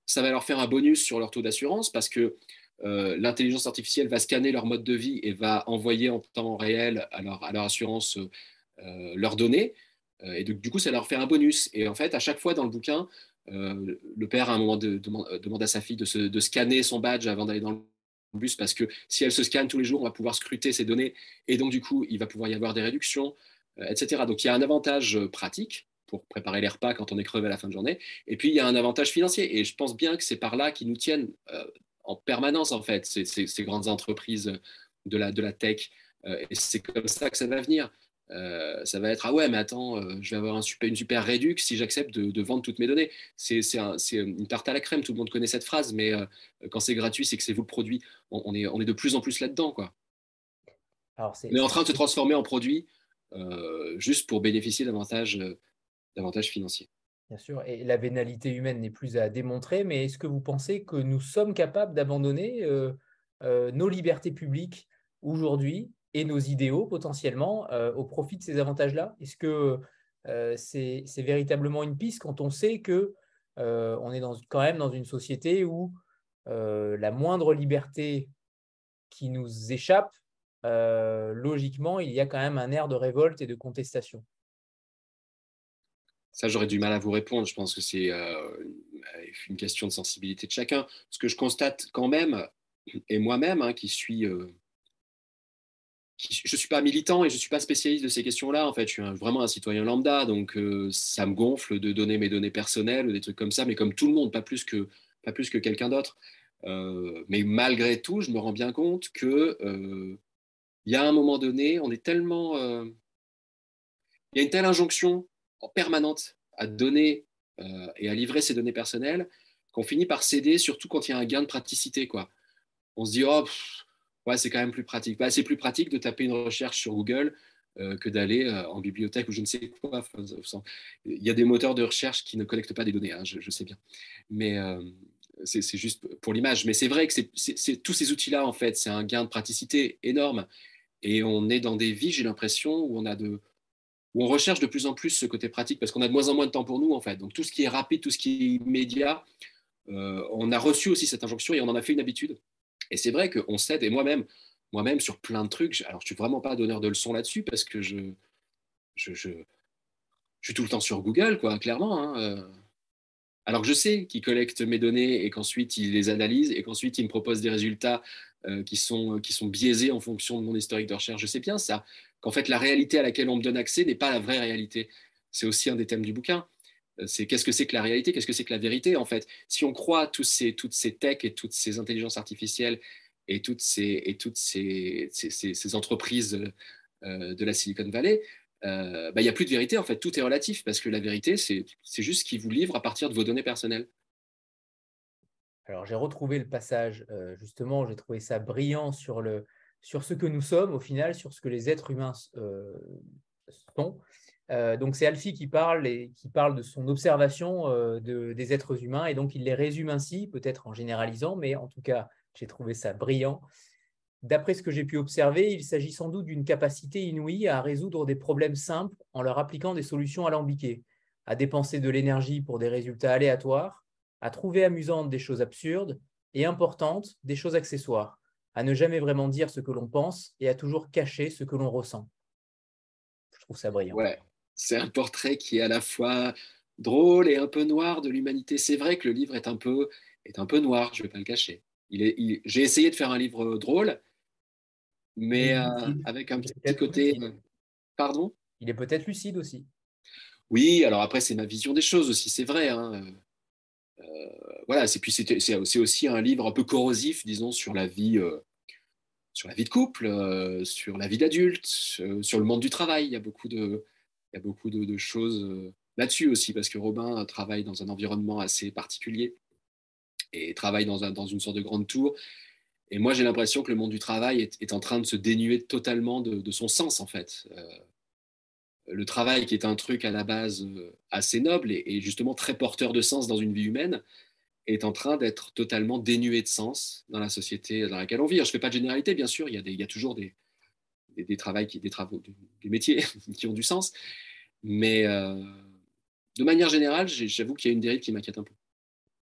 ça va leur faire un bonus sur leur taux d'assurance parce que l'intelligence artificielle va scanner leur mode de vie et va envoyer en temps réel à leur assurance leurs données. Et du coup, ça leur fait un bonus. Et en fait, à chaque fois dans le bouquin, le père, à un moment, demande à sa fille de scanner son badge avant d'aller dans le bus parce que si elle se scanne tous les jours, on va pouvoir scruter ses données. Et donc, du coup, il va pouvoir y avoir des réductions, etc. Donc, il y a un avantage pratique pour préparer les repas quand on est crevé à la fin de journée. Et puis, il y a un avantage financier. Et je pense bien que c'est par là qu'ils nous tiennent en permanence, en fait, ces grandes entreprises de la tech. Et c'est comme ça que ça va venir. Ça va être ah ouais mais attends je vais avoir une super réduc si j'accepte de vendre toutes mes données. C'est une tarte à la crème, tout le monde connaît cette phrase, mais quand c'est gratuit c'est que c'est vous le produit. On est de plus en plus là-dedans quoi. Alors, On est en train de se transformer en produit juste pour bénéficier davantage financiers. bien sûr, et la vénalité humaine n'est plus à démontrer, mais est-ce que vous pensez que nous sommes capables d'abandonner nos libertés publiques aujourd'hui et nos idéaux potentiellement au profit de ces avantages-là? Est-ce que c'est véritablement une piste quand on sait que on est quand même dans une société où la moindre liberté qui nous échappe, logiquement, il y a quand même un air de révolte et de contestation. Ça, j'aurais du mal à vous répondre. Je pense que c'est une question de sensibilité de chacun. Ce que je constate quand même, et moi-même, hein, je ne suis pas militant et je ne suis pas spécialiste de ces questions-là. En fait, je suis vraiment un citoyen lambda, donc ça me gonfle de donner mes données personnelles ou des trucs comme ça, mais comme tout le monde, pas plus que quelqu'un d'autre. Mais malgré tout, je me rends bien compte que il y a un moment donné, on est tellement, il y a une telle injonction en permanente à donner et à livrer ses données personnelles qu'on finit par céder, surtout quand il y a un gain de praticité, quoi. On se dit, oh, ouais, c'est quand même plus pratique. Bah, c'est plus pratique de taper une recherche sur Google que d'aller en bibliothèque ou je ne sais quoi. Enfin, il y a des moteurs de recherche qui ne collectent pas des données, hein, je sais bien. Mais c'est juste pour l'image. Mais c'est vrai que tous ces outils-là, en fait, c'est un gain de praticité énorme. Et on est dans des vies, j'ai l'impression, où on recherche de plus en plus ce côté pratique parce qu'on a de moins en moins de temps pour nous, en fait. Donc tout ce qui est rapide, tout ce qui est immédiat, on a reçu aussi cette injonction et on en a fait une habitude. Et c'est vrai qu'on cède, et moi-même sur plein de trucs, alors je suis vraiment pas donneur de leçons là-dessus parce que je suis tout le temps sur Google, quoi, clairement. Hein, alors que je sais qu'il collecte mes données et qu'ensuite il les analyse et qu'ensuite il me propose des résultats qui sont biaisés en fonction de mon historique de recherche. Je sais bien ça, qu'en fait la réalité à laquelle on me donne accès n'est pas la vraie réalité. C'est aussi un des thèmes du bouquin. C'est qu'est-ce que c'est que la réalité, qu'est-ce que c'est que la vérité en fait. Si on croit toutes ces techs et toutes ces intelligences artificielles et ces entreprises de la Silicon Valley, il n'y a plus de vérité en fait, tout est relatif parce que la vérité c'est juste ce qui vous livre à partir de vos données personnelles. Alors, j'ai retrouvé le passage, justement, j'ai trouvé ça brillant sur ce que nous sommes, au final, sur ce que les êtres humains sont. Donc, c'est Alfie qui parle et qui parle de son observation des êtres humains, et donc il les résume ainsi, peut-être en généralisant, mais en tout cas, j'ai trouvé ça brillant. D'après ce que j'ai pu observer, il s'agit sans doute d'une capacité inouïe à résoudre des problèmes simples en leur appliquant des solutions alambiquées, à dépenser de l'énergie pour des résultats aléatoires, à trouver amusantes des choses absurdes et importantes des choses accessoires, à ne jamais vraiment dire ce que l'on pense et à toujours cacher ce que l'on ressent. Je trouve ça brillant. Ouais, c'est un portrait qui est à la fois drôle et un peu noir de l'humanité. C'est vrai que le livre est un peu noir, je ne vais pas le cacher. J'ai essayé de faire un livre drôle, Mais mais il est lucide. avec un Il est petit peut-être côté. lucide. Pardon? Il est peut-être lucide aussi. Oui, alors après, c'est ma vision des choses aussi, c'est vrai. Hein. Voilà, c'est aussi un livre un peu corrosif, disons, sur la vie de couple, sur la vie d'adulte, sur le monde du travail. Il y a beaucoup de choses là-dessus aussi, parce que Robin travaille dans un environnement assez particulier et travaille dans une sorte de grande tour. Et moi, j'ai l'impression que le monde du travail est en train de se dénuer totalement de son sens, en fait. Le travail, qui est un truc à la base assez noble et justement très porteur de sens dans une vie humaine, est en train d'être totalement dénué de sens dans la société dans laquelle on vit. Alors, je ne fais pas de généralité, bien sûr, il y a toujours des travaux, des métiers qui ont du sens, mais de manière générale, j'avoue qu'il y a une dérive qui m'inquiète un peu.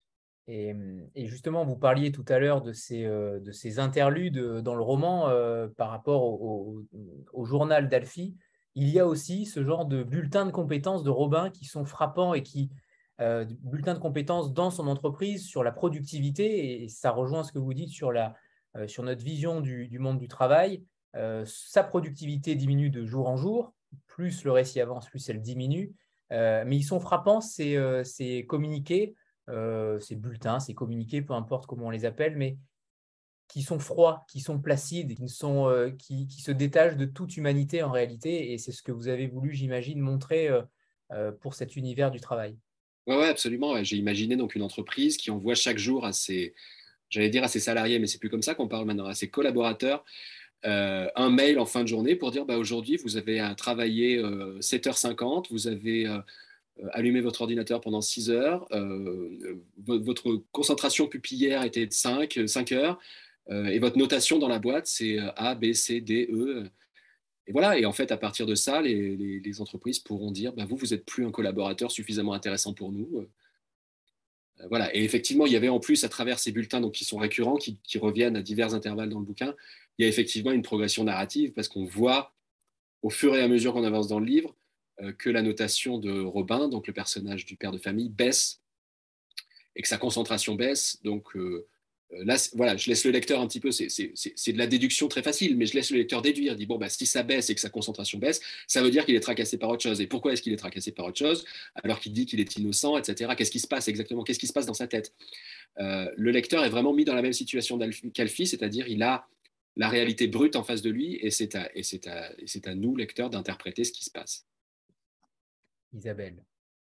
Et justement, vous parliez tout à l'heure de ces interludes dans le roman par rapport au journal d'Alfie. Il y a aussi ce genre de bulletins de compétences de Robin qui sont frappants et bulletins de compétences dans son entreprise sur la productivité. Et ça rejoint ce que vous dites sur notre vision du monde du travail. Sa productivité diminue de jour en jour. Plus le récit avance, plus elle diminue. Mais ils sont frappants, ces communiqués ces bulletins, ces communiqués, peu importe comment on les appelle, mais qui sont froids, qui sont placides, qui se détachent de toute humanité en réalité. Et c'est ce que vous avez voulu, j'imagine, montrer pour cet univers du travail. Ouais, ouais, absolument. Ouais. J'ai imaginé donc une entreprise qui envoie chaque jour j'allais dire à ses salariés, mais c'est plus comme ça qu'on parle maintenant, à ses collaborateurs, un mail en fin de journée pour dire bah, aujourd'hui, vous avez à travailler 7h50, vous avez allumé votre ordinateur pendant 6 heures, votre concentration pupillaire était de 5 heures, et votre notation dans la boîte, c'est A, B, C, D, E. Et voilà, et en fait, à partir de ça, les entreprises pourront dire bah, vous n'êtes plus un collaborateur suffisamment intéressant pour nous. Voilà. Et effectivement, il y avait en plus, à travers ces bulletins donc, qui sont récurrents, qui reviennent à divers intervalles dans le bouquin, il y a effectivement une progression narrative parce qu'on voit, au fur et à mesure qu'on avance dans le livre, que la notation de Robin, donc le personnage du père de famille, baisse et que sa concentration baisse. Donc là, voilà, je laisse le lecteur un petit peu, c'est de la déduction très facile, mais je laisse le lecteur déduire. Il dit, bon, bah, si ça baisse et que sa concentration baisse, ça veut dire qu'il est tracassé par autre chose. Et pourquoi est-ce qu'il est tracassé par autre chose alors qu'il dit qu'il est innocent, etc. Qu'est-ce qui se passe exactement? Qu'est-ce qui se passe dans sa tête? Le lecteur est vraiment mis dans la même situation qu'Alfie, c'est-à-dire il a la réalité brute en face de lui et c'est à nous, lecteurs, d'interpréter ce qui se passe. Isabelle.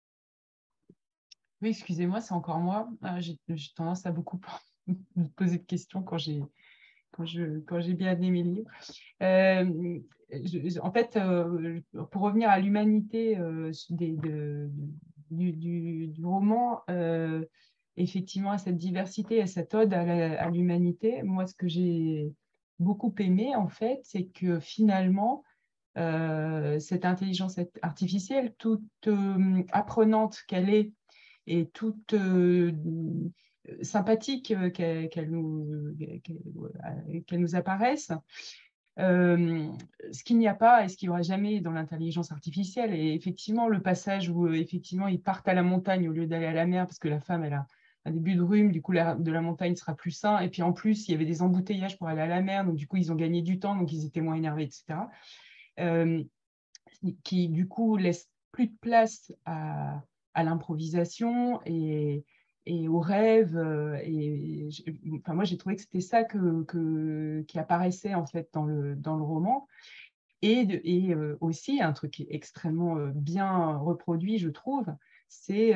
Oui, excusez-moi, c'est encore moi. J'ai tendance à beaucoup me poser de questions quand j'ai bien aimé le livre. En fait, pour revenir à l'humanité du roman, effectivement, à cette diversité, à cette ode à l'humanité, moi, ce que j'ai beaucoup aimé, en fait, c'est que finalement, cette intelligence artificielle, toute apprenante qu'elle est, et toute sympathique qu'elle nous apparaisse, ce qu'il n'y a pas et ce qu'il n'y aura jamais dans l'intelligence artificielle. Et effectivement, le passage où effectivement ils partent à la montagne au lieu d'aller à la mer parce que la femme elle a un début de rhume, du coup de la montagne sera plus sain. Et puis en plus, il y avait des embouteillages pour aller à la mer, donc du coup ils ont gagné du temps, donc ils étaient moins énervés, etc. Qui du coup laisse plus de place à l'improvisation et au rêve. Enfin, moi, j'ai trouvé que c'était ça qui apparaissait en fait dans le roman. Et aussi, un truc qui est extrêmement bien reproduit, je trouve, c'est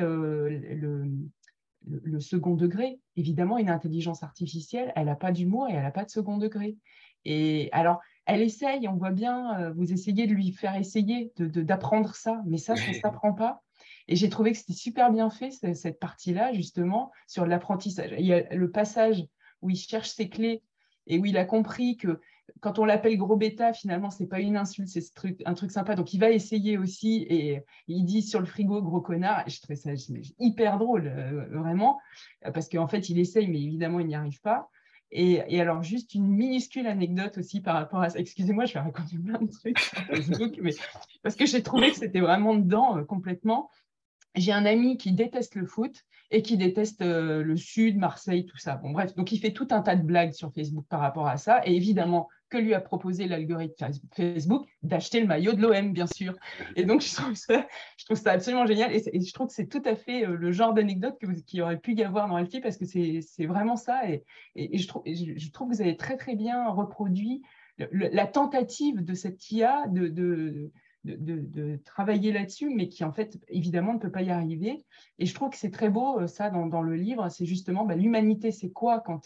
le second degré. Évidemment, une intelligence artificielle, elle n'a pas d'humour et elle n'a pas de second degré. Et alors, elle essaye, on voit bien, vous essayez de lui faire essayer d'apprendre ça, mais ça ne s'apprend pas. Et j'ai trouvé que c'était super bien fait, cette partie-là, justement, sur l'apprentissage. Il y a le passage où il cherche ses clés et où il a compris que quand on l'appelle gros bêta, finalement, ce n'est pas une insulte, c'est un truc sympa. Donc, il va essayer aussi et il dit sur le frigo, gros connard. Je trouvais ça hyper drôle, vraiment, parce qu'en fait, il essaye, mais évidemment, il n'y arrive pas. Et alors, juste une minuscule anecdote aussi par rapport à ça. Excusez-moi, je vais raconter plein de trucs sur Facebook, mais parce que j'ai trouvé que c'était vraiment dedans complètement. J'ai un ami qui déteste le foot et qui déteste le Sud, Marseille, tout ça. Bon, bref, donc il fait tout un tas de blagues sur Facebook par rapport à ça. Et évidemment, que lui a proposé l'algorithme Facebook d'acheter le maillot de l'OM, bien sûr. Et donc, je trouve ça absolument génial. Et je trouve que c'est tout à fait le genre d'anecdote qu'il aurait pu y avoir dans Alfie parce que c'est vraiment ça. Et je trouve que vous avez très, très bien reproduit la tentative de cette IA de travailler là-dessus, mais qui en fait, évidemment, ne peut pas y arriver. Et je trouve que c'est très beau, ça, dans le livre. C'est justement, l'humanité, c'est quoi quand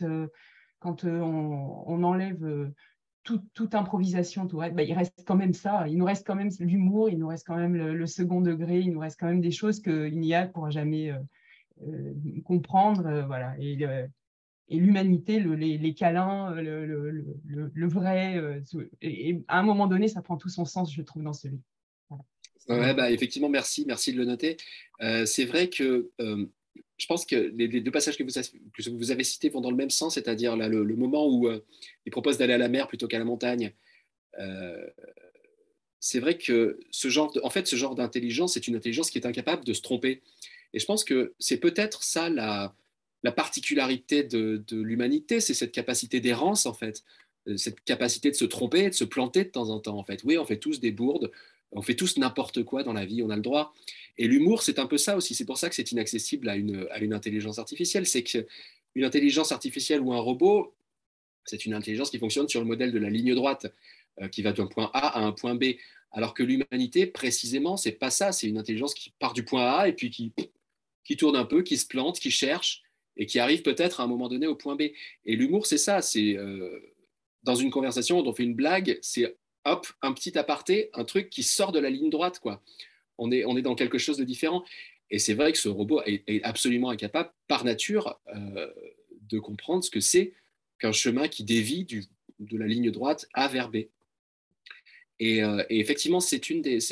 on enlève toute improvisation, tout, il reste quand même ça. Il nous reste quand même l'humour, il nous reste quand même le second degré, il nous reste quand même des choses qu'une IA ne pourra jamais comprendre. Voilà. Et l'humanité, les câlins, le vrai. Et à un moment donné, ça prend tout son sens, je trouve, dans ce livre. Voilà. Ouais, bah, effectivement, merci de le noter. C'est vrai que je pense que les deux passages que vous avez cités vont dans le même sens, c'est-à-dire là, le moment où il propose d'aller à la mer plutôt qu'à la montagne. Euh, c'est vrai que en fait, ce genre d'intelligence, c'est une intelligence qui est incapable de se tromper. Et je pense que c'est peut-être ça la particularité de l'humanité, c'est cette capacité d'errance, en fait. Cette capacité de se tromper, de se planter de temps en temps, en fait. Oui, on fait tous des bourdes, on fait tous n'importe quoi dans la vie, on a le droit. Et l'humour, c'est un peu ça aussi. C'est pour ça que c'est inaccessible à une intelligence artificielle. C'est qu'une intelligence artificielle ou un robot, c'est une intelligence qui fonctionne sur le modèle de la ligne droite, qui va d'un point A à un point B. Alors que l'humanité, précisément, c'est pas ça. C'est une intelligence qui part du point A et puis qui tourne un peu, qui se plante, qui cherche et qui arrive peut-être à un moment donné au point B. Et l'humour, c'est ça. C'est dans une conversation, on fait une blague, c'est hop, un petit aparté, un truc qui sort de la ligne droite, quoi. On est dans quelque chose de différent. Et c'est vrai que ce robot est absolument incapable, par nature, de comprendre ce que c'est qu'un chemin qui dévie de la ligne droite A vers B. Et effectivement, c'est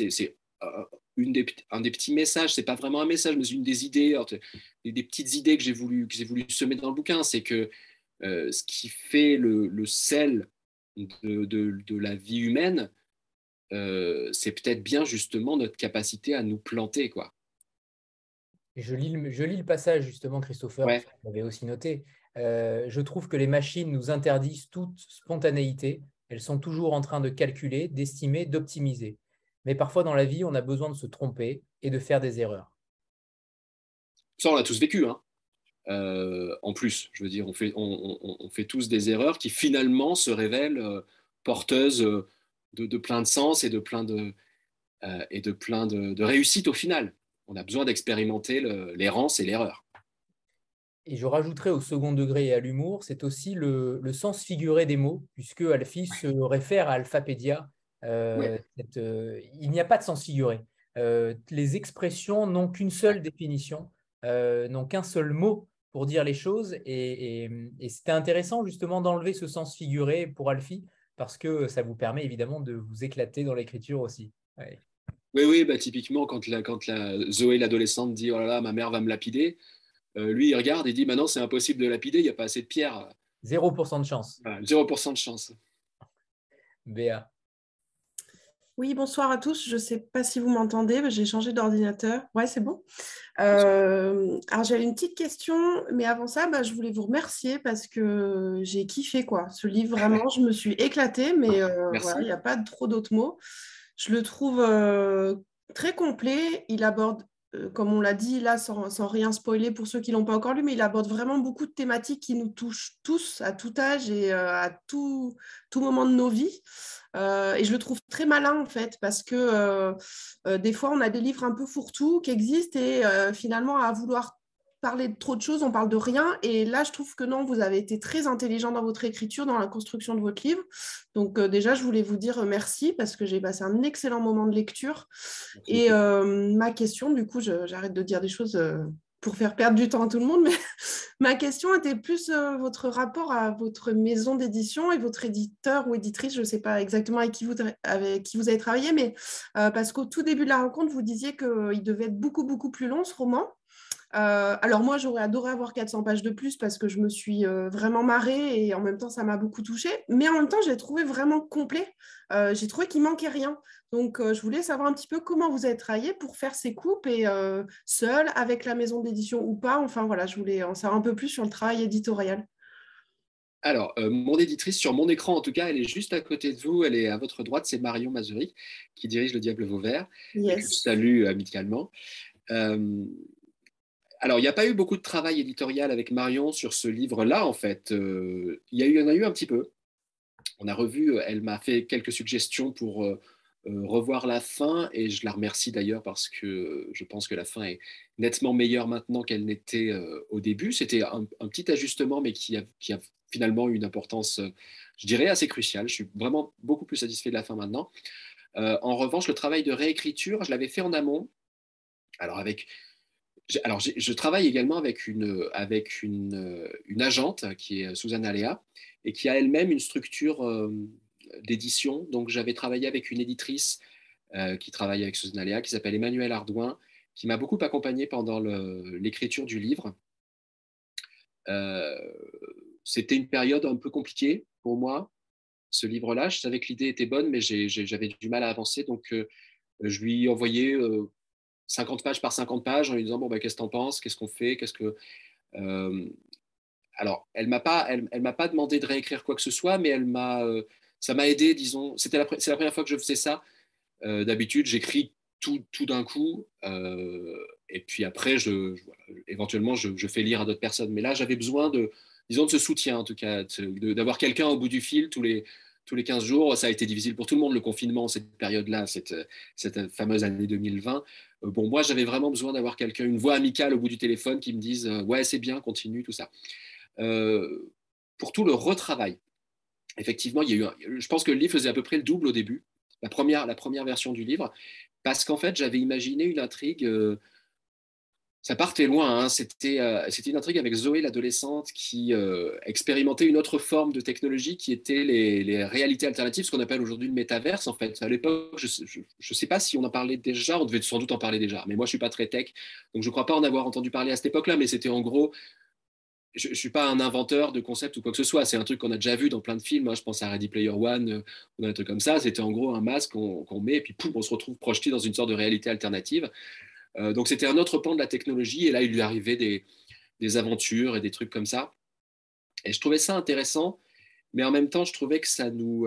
un des petits messages, c'est pas vraiment un message, mais c'est une des idées, des petites idées que j'ai voulu semer dans le bouquin, c'est que ce qui fait le sel de la vie humaine, c'est peut-être bien justement notre capacité à nous planter, quoi. Et je lis le passage, justement, Christopher, parce Ouais. que vous l'avez aussi noté. Je trouve que les machines nous interdisent toute spontanéité. Elles sont toujours en train de calculer, d'estimer, d'optimiser. Mais parfois, dans la vie, on a besoin de se tromper et de faire des erreurs. Ça, on l'a tous vécu, hein. En plus, je veux dire, on fait tous des erreurs qui finalement se révèlent porteuses de plein de sens et de plein de réussites au final. On a besoin d'expérimenter l'errance et l'erreur. Et je rajouterai au second degré et à l'humour, c'est aussi le sens figuré des mots, puisque Alfie se réfère à Alphapédia. Ouais. Il n'y a pas de sens figuré. Les expressions n'ont qu'une seule définition, n'ont qu'un seul mot pour dire les choses. Et c'était intéressant justement d'enlever ce sens figuré pour Alfie, parce que ça vous permet évidemment de vous éclater dans l'écriture aussi. Ouais. Oui, oui, bah, typiquement, Zoé, l'adolescente, dit « Oh là là, ma mère va me lapider », lui, il regarde et dit « Maintenant, c'est impossible de lapider, il n'y a pas assez de pierre. » 0% de chance. Voilà, 0% de chance. Béa. Oui, bonsoir à tous. Je ne sais pas si vous m'entendez, mais j'ai changé d'ordinateur. Ouais, c'est bon. Alors, j'avais une petite question, mais avant ça, je voulais vous remercier parce que j'ai kiffé, quoi. Ce livre, vraiment, je me suis éclatée, mais voilà, il n'y a pas trop d'autres mots. Je le trouve très complet. Il aborde, comme on l'a dit là, sans rien spoiler pour ceux qui ne l'ont pas encore lu, mais il aborde vraiment beaucoup de thématiques qui nous touchent tous, à tout âge et à tout moment de nos vies. Et je le trouve très malin en fait, parce que des fois on a des livres un peu fourre-tout qui existent et finalement à vouloir parler de trop de choses, on parle de rien. Et là, je trouve que non, vous avez été très intelligent dans votre écriture, dans la construction de votre livre. Donc déjà, je voulais vous dire merci parce que j'ai passé un excellent moment de lecture. Et ma question, du coup, j'arrête de dire des choses pour faire perdre du temps à tout le monde, mais ma question était plus votre rapport à votre maison d'édition et votre éditeur ou éditrice, je ne sais pas exactement avec qui vous avez travaillé, mais parce qu'au tout début de la rencontre, vous disiez qu'il devait être beaucoup, beaucoup plus long, ce roman. Alors moi, j'aurais adoré avoir 400 pages de plus parce que je me suis vraiment marrée et en même temps, ça m'a beaucoup touchée. Mais en même temps, j'ai trouvé vraiment complet. J'ai trouvé qu'il manquait rien. Donc, je voulais savoir un petit peu comment vous avez travaillé pour faire ces coupes et seul, avec la maison d'édition ou pas. Enfin, voilà, je voulais en savoir un peu plus sur le travail éditorial. Alors, mon éditrice, sur mon écran en tout cas, elle est juste à côté de vous, elle est à votre droite, c'est Marion Mazuric, qui dirige Le Diable Vauvert, et que je Yes. salue amicalement. Alors, il n'y a pas eu beaucoup de travail éditorial avec Marion sur ce livre-là, en fait. Il y en a eu un petit peu. On a revu, elle m'a fait quelques suggestions pour revoir la fin, et je la remercie d'ailleurs parce que je pense que la fin est nettement meilleure maintenant qu'elle n'était au début. C'était un petit ajustement, mais qui a finalement eu une importance, je dirais, assez cruciale. Je suis vraiment beaucoup plus satisfait de la fin maintenant. En revanche, le travail de réécriture, je l'avais fait en amont. Alors, je travaille également avec une agente qui est Suzanne Aléa et qui a elle-même une structure d'édition. Donc, j'avais travaillé avec une éditrice qui travaille avec Suzanne Aléa qui s'appelle Emmanuelle Ardouin qui m'a beaucoup accompagné pendant l'écriture du livre. C'était une période un peu compliquée pour moi, ce livre-là. Je savais que l'idée était bonne, mais j'avais du mal à avancer. Donc, je lui envoyais 50 pages par 50 pages en lui disant, bon, bah, qu'est-ce que tu en penses? Qu'est-ce qu'on fait? Alors, elle m'a pas demandé de réécrire quoi que ce soit, mais ça m'a aidé, disons. C'est la première fois que je faisais ça. D'habitude, j'écris tout d'un coup, et puis après, voilà, éventuellement, je fais lire à d'autres personnes. Mais là, j'avais besoin disons, de ce soutien, en tout cas, d'avoir quelqu'un au bout du fil tous les 15 jours. Ça a été difficile pour tout le monde, le confinement, cette période-là, cette fameuse année 2020. Bon, moi, j'avais vraiment besoin d'avoir quelqu'un, une voix amicale au bout du téléphone qui me dise ouais, c'est bien, continue, tout ça. Pour tout le retravail, effectivement, je pense que le livre faisait à peu près le double au début, la première version du livre, parce qu'en fait, j'avais imaginé une intrigue. Ça partait loin, hein. C'était une intrigue avec Zoé, l'adolescente, qui expérimentait une autre forme de technologie qui était les réalités alternatives, ce qu'on appelle aujourd'hui le métaverse. En fait, à l'époque, je ne sais pas si on en parlait déjà, on devait sans doute en parler déjà, mais moi, je ne suis pas très tech, donc je ne crois pas en avoir entendu parler à cette époque-là, mais c'était en gros, je ne suis pas un inventeur de concept ou quoi que ce soit, c'est un truc qu'on a déjà vu dans plein de films, hein. Je pense à Ready Player One, ou dans des trucs comme ça. C'était en gros un masque qu'on met, et puis pouf, on se retrouve projeté dans une sorte de réalité alternative. Donc c'était un autre pan de la technologie, et là il lui arrivait des aventures et des trucs comme ça. Et je trouvais ça intéressant, mais en même temps je trouvais que ça nous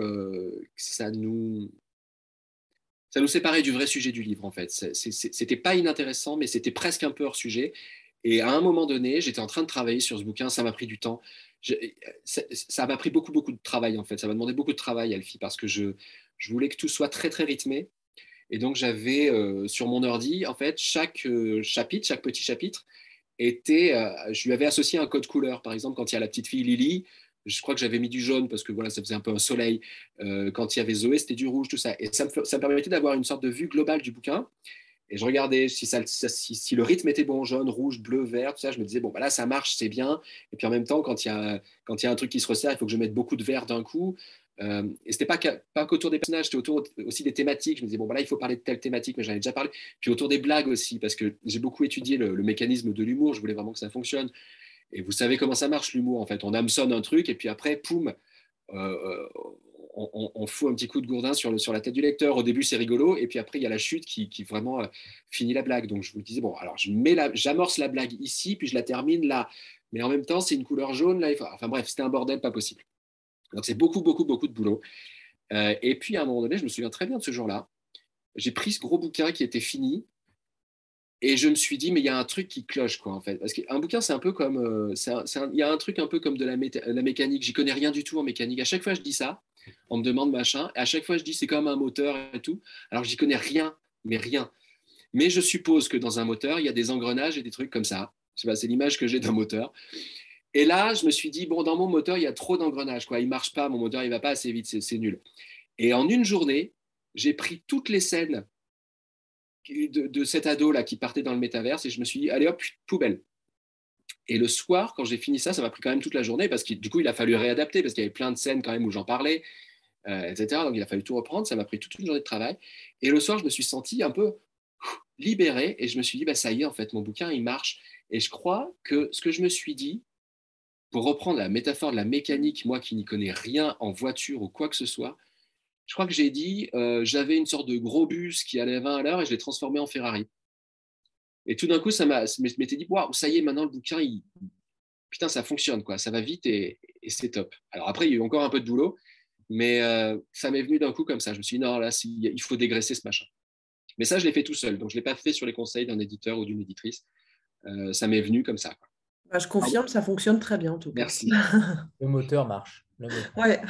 séparait du vrai sujet du livre en fait. C'était pas inintéressant, mais c'était presque un peu hors sujet. Et à un moment donné, j'étais en train de travailler sur ce bouquin, ça m'a pris du temps. Ça m'a pris beaucoup, beaucoup de travail en fait. Ça m'a demandé beaucoup de travail, Elfie, parce que je voulais que tout soit très, très rythmé. Et donc, j'avais sur mon ordi, en fait, chaque petit chapitre, je lui avais associé un code couleur. Par exemple, quand il y a la petite fille Lily, je crois que j'avais mis du jaune parce que voilà, ça faisait un peu un soleil. Quand il y avait Zoé, c'était du rouge, tout ça. Et ça me permettait d'avoir une sorte de vue globale du bouquin. Et je regardais si le rythme était bon, jaune, rouge, bleu, vert, tout ça. Je me disais, bon, bah là, ça marche, c'est bien. Et puis en même temps, quand il y a un truc qui se resserre, il faut que je mette beaucoup de vert d'un coup. Et c'était pas qu'autour des personnages, c'était autour aussi des thématiques. Je me disais, bon, bah là, il faut parler de telle thématique, mais j'en ai déjà parlé. Puis autour des blagues aussi, parce que j'ai beaucoup étudié le mécanisme de l'humour. Je voulais vraiment que ça fonctionne. Et vous savez comment ça marche, l'humour, en fait. On hameçonne un truc, et puis après, poum, on fout un petit coup de gourdin sur la tête du lecteur. Au début, c'est rigolo, et puis après, il y a la chute qui vraiment finit la blague. Donc, je vous disais, bon, alors, j'amorce la blague ici, puis je la termine là. Mais en même temps, c'est une couleur jaune, là. Enfin bref, c'était un bordel pas possible. Donc, c'est beaucoup, beaucoup, beaucoup de boulot. Et puis, à un moment donné, je me souviens très bien de ce jour-là. J'ai pris ce gros bouquin qui était fini, et je me suis dit, mais il y a un truc qui cloche, quoi, en fait. Parce qu'un bouquin, c'est un peu comme. Il y a un truc un peu comme de la mécanique. J'y connais rien du tout en mécanique. À chaque fois, je dis ça. On me demande machin. Et à chaque fois, je dis, c'est comme un moteur et tout. Alors, j'y connais rien, mais rien. Mais je suppose que dans un moteur, il y a des engrenages et des trucs comme ça. Je sais pas, c'est l'image que j'ai d'un moteur. Et là, je me suis dit, bon, dans mon moteur, il y a trop d'engrenages, quoi. Il ne marche pas, mon moteur, il ne va pas assez vite, c'est nul. Et en une journée, j'ai pris toutes les scènes de cet ado-là qui partait dans le métaverse et je me suis dit, allez hop, poubelle. Et le soir, quand j'ai fini ça m'a pris quand même toute la journée parce que du coup, il a fallu réadapter parce qu'il y avait plein de scènes quand même où j'en parlais, etc. Donc, il a fallu tout reprendre. Ça m'a pris toute une journée de travail. Et le soir, je me suis senti un peu libéré et je me suis dit, bah, ça y est, en fait, mon bouquin, il marche. Et je crois que ce que je me suis dit, pour reprendre la métaphore de la mécanique, moi qui n'y connais rien en voiture ou quoi que ce soit, je crois que j'ai dit, j'avais une sorte de gros bus qui allait à 20 à l'heure et je l'ai transformé en Ferrari. Et tout d'un coup, je m'étais dit, waouh, ça y est, maintenant le bouquin, putain, ça fonctionne, quoi, ça va vite et c'est top. Alors après, il y a eu encore un peu de boulot, mais ça m'est venu d'un coup comme ça. Je me suis dit, non, là, il faut dégraisser ce machin. Mais ça, je l'ai fait tout seul, donc je ne l'ai pas fait sur les conseils d'un éditeur ou d'une éditrice. Ça m'est venu comme ça, quoi. Bah, je confirme, ça fonctionne très bien en tout cas. Merci. Le moteur marche. Ouais.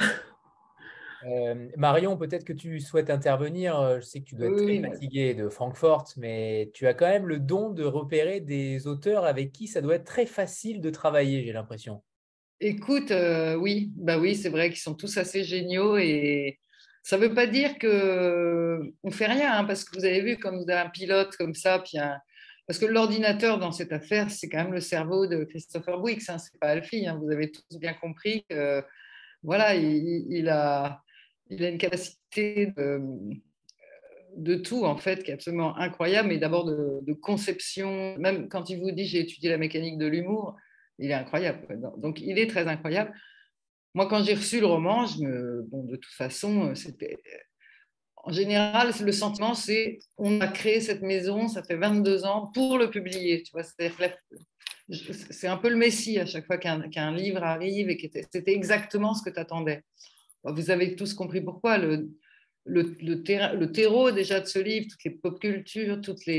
Marion, peut-être que tu souhaites intervenir. Je sais que tu dois être très fatiguée de Francfort, mais tu as quand même le don de repérer des auteurs avec qui ça doit être très facile de travailler, j'ai l'impression. Écoute, oui, bah oui, c'est vrai qu'ils sont tous assez géniaux et ça ne veut pas dire qu'on ne fait rien, hein, parce que vous avez vu, comme vous avez un pilote comme ça, parce que l'ordinateur dans cette affaire, c'est quand même le cerveau de Christopher Wicks, hein, c'est pas Alfie, hein, vous avez tous bien compris que voilà, il a une capacité de tout, en fait, qui est absolument incroyable, mais d'abord de conception. Même quand il vous dit j'ai étudié la mécanique de l'humour, il est incroyable. Donc, il est très incroyable. Moi, quand j'ai reçu le roman, bon, de toute façon, c'était... En général, le sentiment, c'est on a créé cette maison, ça fait 22 ans, pour le publier. Tu vois, c'est un peu le messie à chaque fois qu'un livre arrive et c'était exactement ce que tu attendais. Vous avez tous compris pourquoi. Le terreau déjà de ce livre, toutes les pop cultures,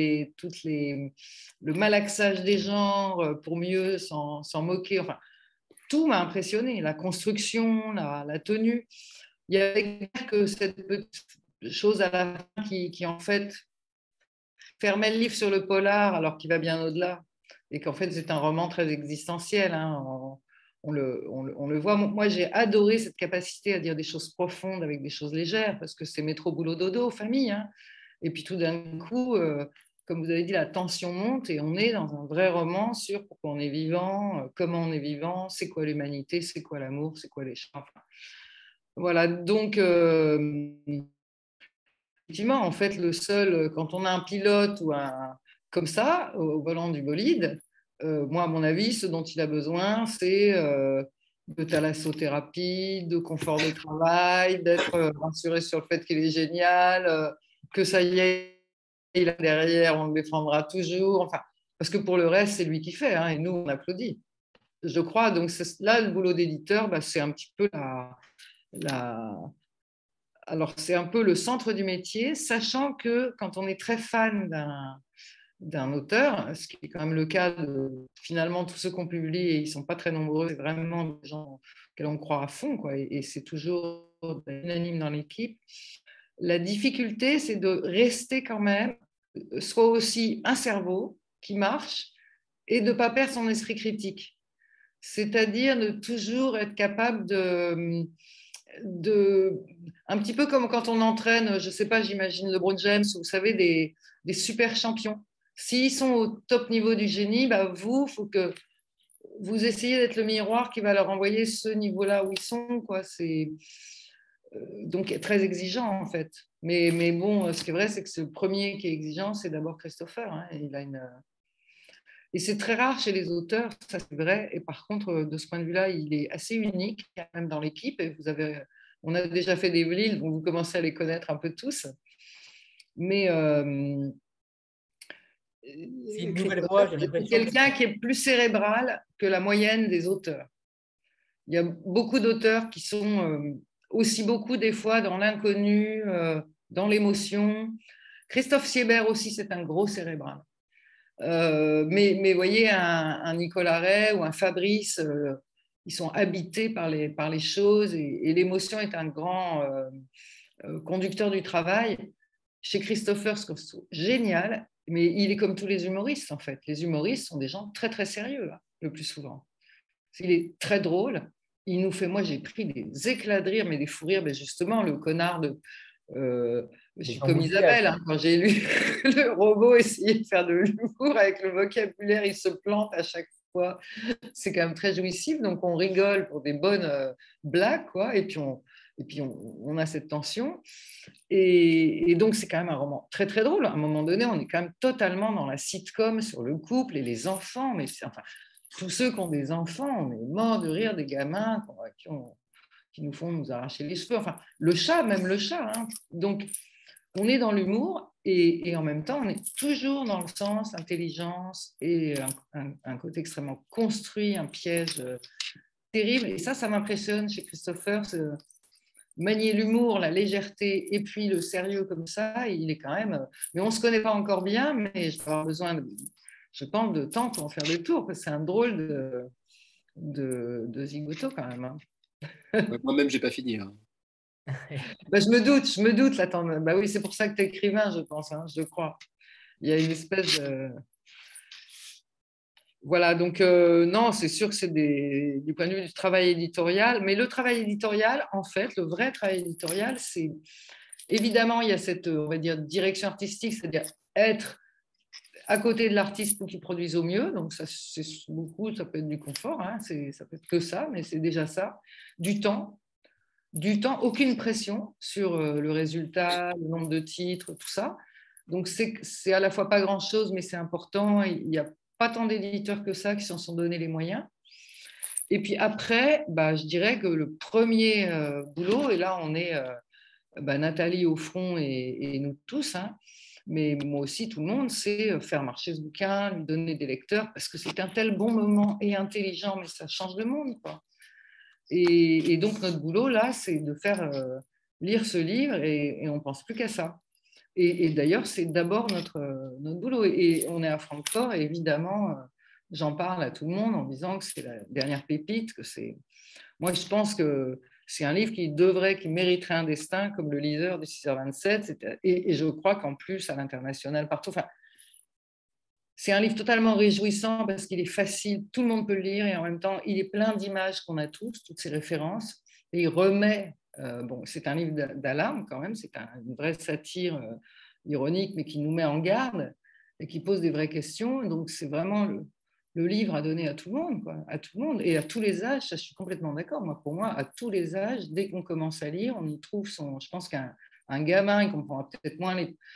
le malaxage des genres pour mieux s'en moquer, enfin, tout m'a impressionné. La construction, la tenue. Il y avait que cette petite chose à la fin qui en fait fermait le livre sur le polar alors qu'il va bien au-delà et qu'en fait c'est un roman très existentiel, hein. On le voit. Moi j'ai adoré cette capacité à dire des choses profondes avec des choses légères parce que c'est métro boulot dodo famille, hein. Et puis tout d'un coup comme vous avez dit, la tension monte et on est dans un vrai roman sur pourquoi on est vivant, comment on est vivant, c'est quoi l'humanité, c'est quoi l'amour, c'est quoi les champs, enfin, voilà. Donc effectivement, en fait, quand on a un pilote comme ça, au volant du bolide, moi, à mon avis, ce dont il a besoin, c'est de thalassothérapie, de confort de travail, d'être rassuré sur le fait qu'il est génial, que ça y est, il est derrière, on le défendra toujours. Enfin, parce que pour le reste, c'est lui qui fait, hein, et nous, on applaudit. Je crois. Donc là, le boulot d'éditeur, c'est un petit peu alors, c'est un peu le centre du métier, sachant que quand on est très fan d'un auteur, ce qui est quand même le cas de finalement tous ceux qu'on publie, et ils ne sont pas très nombreux, c'est vraiment des gens auxquels on croit à fond, quoi, et c'est toujours unanime dans l'équipe. La difficulté, c'est de rester quand même, soit aussi un cerveau qui marche, et de ne pas perdre son esprit critique. C'est-à-dire de toujours être capable un petit peu comme quand on entraîne, je ne sais pas, j'imagine LeBron James, vous savez, des super champions. S'ils sont au top niveau du génie, il faut que vous essayez d'être le miroir qui va leur envoyer ce niveau-là où ils sont, quoi. C'est donc très exigeant, en fait. Mais bon, ce qui est vrai, c'est que ce premier qui est exigeant, c'est d'abord Christopher, hein. Et c'est très rare chez les auteurs, ça c'est vrai. Et par contre, de ce point de vue-là, il est assez unique, quand même, dans l'équipe. Et on a déjà fait des livres, donc vous commencez à les connaître un peu tous. Mais c'est une nouvelle voix, j'ai l'impression. Quelqu'un qui est plus cérébral que la moyenne des auteurs. Il y a beaucoup d'auteurs qui sont aussi beaucoup des fois dans l'inconnu, dans l'émotion. Christophe Siebert aussi, c'est un gros cérébral. Mais vous voyez, un Nicolas Ray ou un Fabrice, ils sont habités par les choses et l'émotion est un grand conducteur du travail. Chez Christopher, c'est génial, mais il est comme tous les humoristes en fait. Les humoristes sont des gens très très sérieux, là, le plus souvent. Il est très drôle. Il nous fait, moi j'ai pris des éclats de rire, mais des fous rires, mais justement le connard de... je suis comme Isabelle, hein, quand j'ai lu le robot essayer de faire de l'humour avec le vocabulaire, il se plante à chaque fois. C'est quand même très jouissif, donc on rigole pour des bonnes blagues, quoi, et puis on a cette tension. Et donc c'est quand même un roman très très drôle. À un moment donné, on est quand même totalement dans la sitcom sur le couple et les enfants, mais enfin, tous ceux qui ont des enfants, on est mort de rire, des gamins qui nous font nous arracher les cheveux. Enfin, même le chat. Hein. Donc, on est dans l'humour et en même temps, on est toujours dans le sens, intelligence et un côté extrêmement construit, un piège terrible. Et ça m'impressionne chez Christopher. Manier l'humour, la légèreté et puis le sérieux comme ça, il est quand même... Mais on ne se connaît pas encore bien, mais je vais avoir besoin, je pense, de temps pour en faire le tour, parce que c'est un drôle de zigoto quand même. Hein. Moi-même, je n'ai pas fini. Hein. Je me doute. Là, oui, c'est pour ça que tu es écrivain, je pense, hein, je crois. Il y a une espèce de... Voilà, donc non, c'est sûr que c'est du point de vue du travail éditorial, mais le travail éditorial, en fait, le vrai travail éditorial, c'est évidemment, il y a cette, on va dire, direction artistique, c'est-à-dire être à côté de l'artiste pour qu'il produise au mieux, donc ça, c'est beaucoup, ça peut être du confort, hein, ça peut être que ça, mais c'est déjà ça, du temps. du temps, aucune pression sur le résultat, le nombre de titres, tout ça. Donc, c'est à la fois pas grand-chose, mais c'est important. Il n'y a pas tant d'éditeurs que ça qui s'en sont donné les moyens. Et puis après, je dirais que le premier boulot, et là, on est Nathalie au front et nous tous, hein, mais moi aussi, tout le monde, c'est faire marcher ce bouquin, lui donner des lecteurs, parce que c'est un tel bon moment et intelligent, mais ça change le monde, quoi. Et donc, notre boulot, là, c'est de faire lire ce livre et on ne pense plus qu'à ça. Et d'ailleurs, c'est d'abord notre boulot. Et on est à Francfort, et évidemment, j'en parle à tout le monde en disant que c'est la dernière pépite, que c'est... Moi, je pense que c'est un livre qui mériterait un destin comme le liseur du 6h27. Et je crois qu'en plus, à l'international, partout... Enfin, c'est un livre totalement réjouissant parce qu'il est facile, tout le monde peut le lire, et en même temps, il est plein d'images qu'on a tous, toutes ces références. Et il remet... c'est un livre d'alarme quand même, c'est une vraie satire ironique, mais qui nous met en garde et qui pose des vraies questions. Donc, c'est vraiment le livre à donner à tout le monde, quoi, à tout le monde et à tous les âges. Ça, je suis complètement d'accord. Pour moi, à tous les âges, dès qu'on commence à lire, on y trouve je pense qu'un gamin, il comprend peut-être moins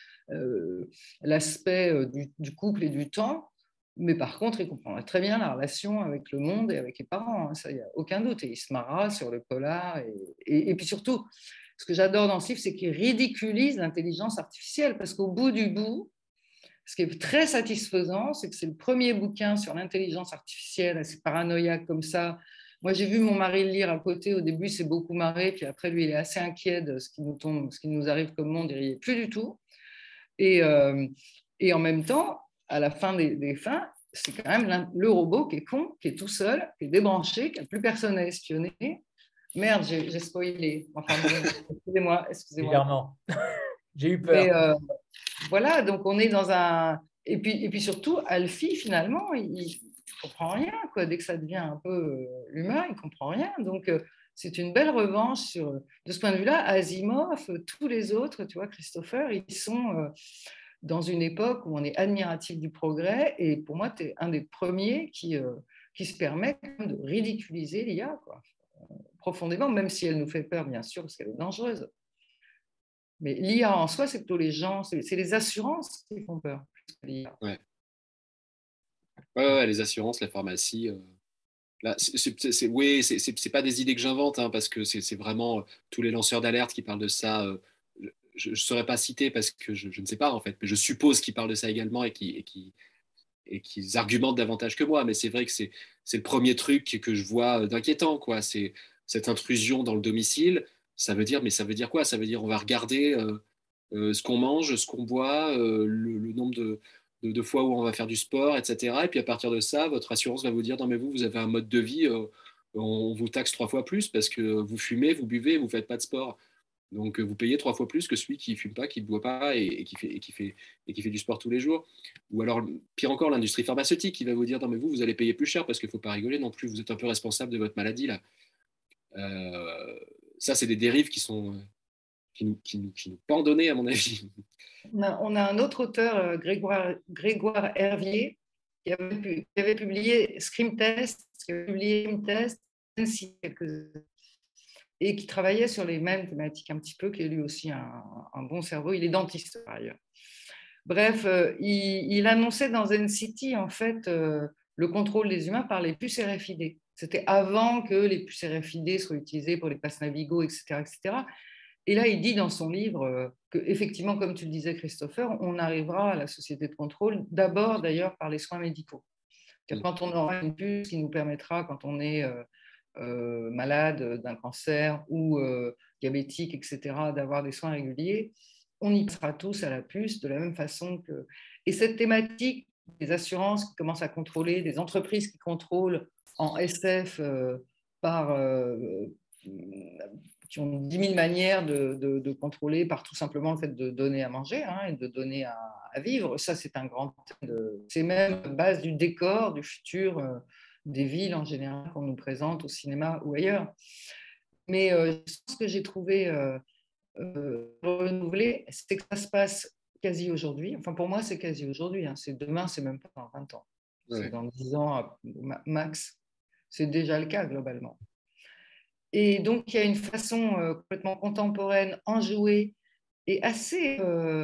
l'aspect du couple et du temps, mais par contre, il comprendra très bien la relation avec le monde et avec les parents, hein, ça, il n'y a aucun doute. Et il se marrera sur le polar. Et puis surtout, ce que j'adore dans ce livre, c'est qu'il ridiculise l'intelligence artificielle, parce qu'au bout du bout, ce qui est très satisfaisant, c'est que c'est le premier bouquin sur l'intelligence artificielle, assez paranoïaque comme ça. Moi, j'ai vu mon mari le lire à côté. Au début, c'est beaucoup marré. Puis après, lui, il est assez inquiet de ce qui nous arrive comme monde. Il n'y est plus du tout. Et en même temps, à la fin des fins, c'est quand même le robot qui est con, qui est tout seul, qui est débranché, qui n'a plus personne à espionner. Merde, j'ai spoilé. Enfin, excusez-moi. Légèrement. J'ai eu peur. Mais voilà, donc on est dans un... Et puis surtout, Alfie, finalement, il ne comprend rien, quoi. Dès que ça devient un peu humain, il ne comprend rien. Donc, c'est une belle revanche de ce point de vue-là. Asimov, tous les autres, tu vois, Christopher, ils sont dans une époque où on est admiratif du progrès. Et pour moi, tu es un des premiers qui se permet de ridiculiser l'IA, quoi, profondément, même si elle nous fait peur, bien sûr, parce qu'elle est dangereuse. Mais l'IA en soi, c'est plutôt les gens, c'est les assurances qui font peur. L'IA. Ouais, les assurances, la pharmacie. Là, oui, c'est pas des idées que j'invente, hein, parce que c'est vraiment tous les lanceurs d'alerte qui parlent de ça. Je ne saurais pas citer parce que je ne sais pas, en fait, mais je suppose qu'ils parlent de ça également et qu'ils argumentent davantage que moi. Mais c'est vrai que c'est le premier truc que je vois d'inquiétant, quoi. C'est cette intrusion dans le domicile. Ça veut dire quoi? Ça veut dire on va regarder ce qu'on mange, ce qu'on boit, le nombre de fois où on va faire du sport, etc. Et puis à partir de ça, votre assurance va vous dire non mais vous avez un mode de vie, on vous taxe 3 fois plus parce que vous fumez, vous buvez, vous ne faites pas de sport. Donc vous payez 3 fois plus que celui qui ne fume pas, qui ne boit pas et qui fait du sport tous les jours. Ou alors, pire encore, l'industrie pharmaceutique qui va vous dire non mais vous allez payer plus cher parce qu'il ne faut pas rigoler non plus, vous êtes un peu responsable de votre maladie là. Ça, c'est des dérives qui nous pendonnaient, à mon avis. On a un autre auteur, Grégoire Hervier, qui avait publié Scream Test, et qui travaillait sur les mêmes thématiques un petit peu, qui est lui aussi un bon cerveau. Il est dentiste, par ailleurs. Bref, il annonçait dans Zen-City, en fait, le contrôle des humains par les puces RFID. C'était avant que les puces RFID soient utilisées pour les passes Navigo, etc., etc. Et là, il dit dans son livre qu'effectivement, comme tu le disais, Christopher, on arrivera à la société de contrôle, d'abord d'ailleurs par les soins médicaux. Quand on aura une puce qui nous permettra, quand on est malade d'un cancer ou diabétique, etc., d'avoir des soins réguliers, on y passera tous à la puce de la même façon que... Et cette thématique des assurances qui commencent à contrôler, des entreprises qui contrôlent en SF qui ont 10 000 manières de contrôler par tout simplement le fait de donner à manger et de donner à vivre. Ça, c'est un grand thème. C'est même la base du décor, du futur des villes en général qu'on nous présente au cinéma ou ailleurs. Mais ce que j'ai trouvé renouvelé, c'est que ça se passe quasi aujourd'hui. Enfin, pour moi, c'est quasi aujourd'hui. C'est demain, c'est même pas dans 20 ans. Ouais. C'est dans 10 ans max. C'est déjà le cas globalement. Et donc, il y a une façon complètement contemporaine, enjouée et assez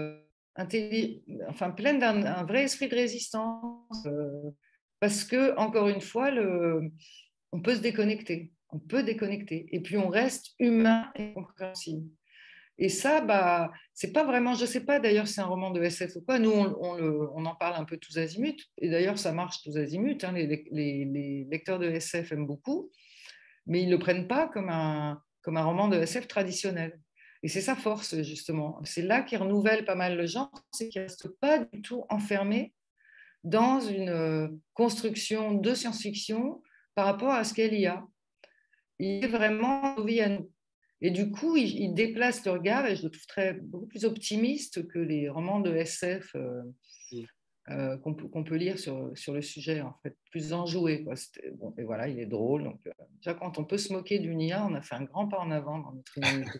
pleine d'un vrai esprit de résistance. Parce que, encore une fois, on peut se déconnecter. On peut déconnecter. Et puis, on reste humain et compréhensible. Et ça, bah, c'est pas vraiment, je sais pas d'ailleurs si c'est un roman de SF ou pas. Nous, on en parle un peu tous azimuts. Et d'ailleurs, ça marche tous azimuts. Hein. Les lecteurs de SF aiment beaucoup. Mais ils ne le prennent pas comme un roman de SF traditionnel. Et c'est sa force, justement. C'est là qu'il renouvelle pas mal le genre, c'est qu'il ne reste pas du tout enfermé dans une construction de science-fiction par rapport à ce qu'elle y a. Il est vraiment nos vies à nous. Et du coup, il déplace le regard, et je le trouve beaucoup plus optimiste que les romans de SF qu'on peut lire sur le sujet, en fait, plus enjoué. Quoi. Bon, et voilà, il est drôle. Donc, déjà, quand on peut se moquer d'une IA, on a fait un grand pas en avant dans notre humanité.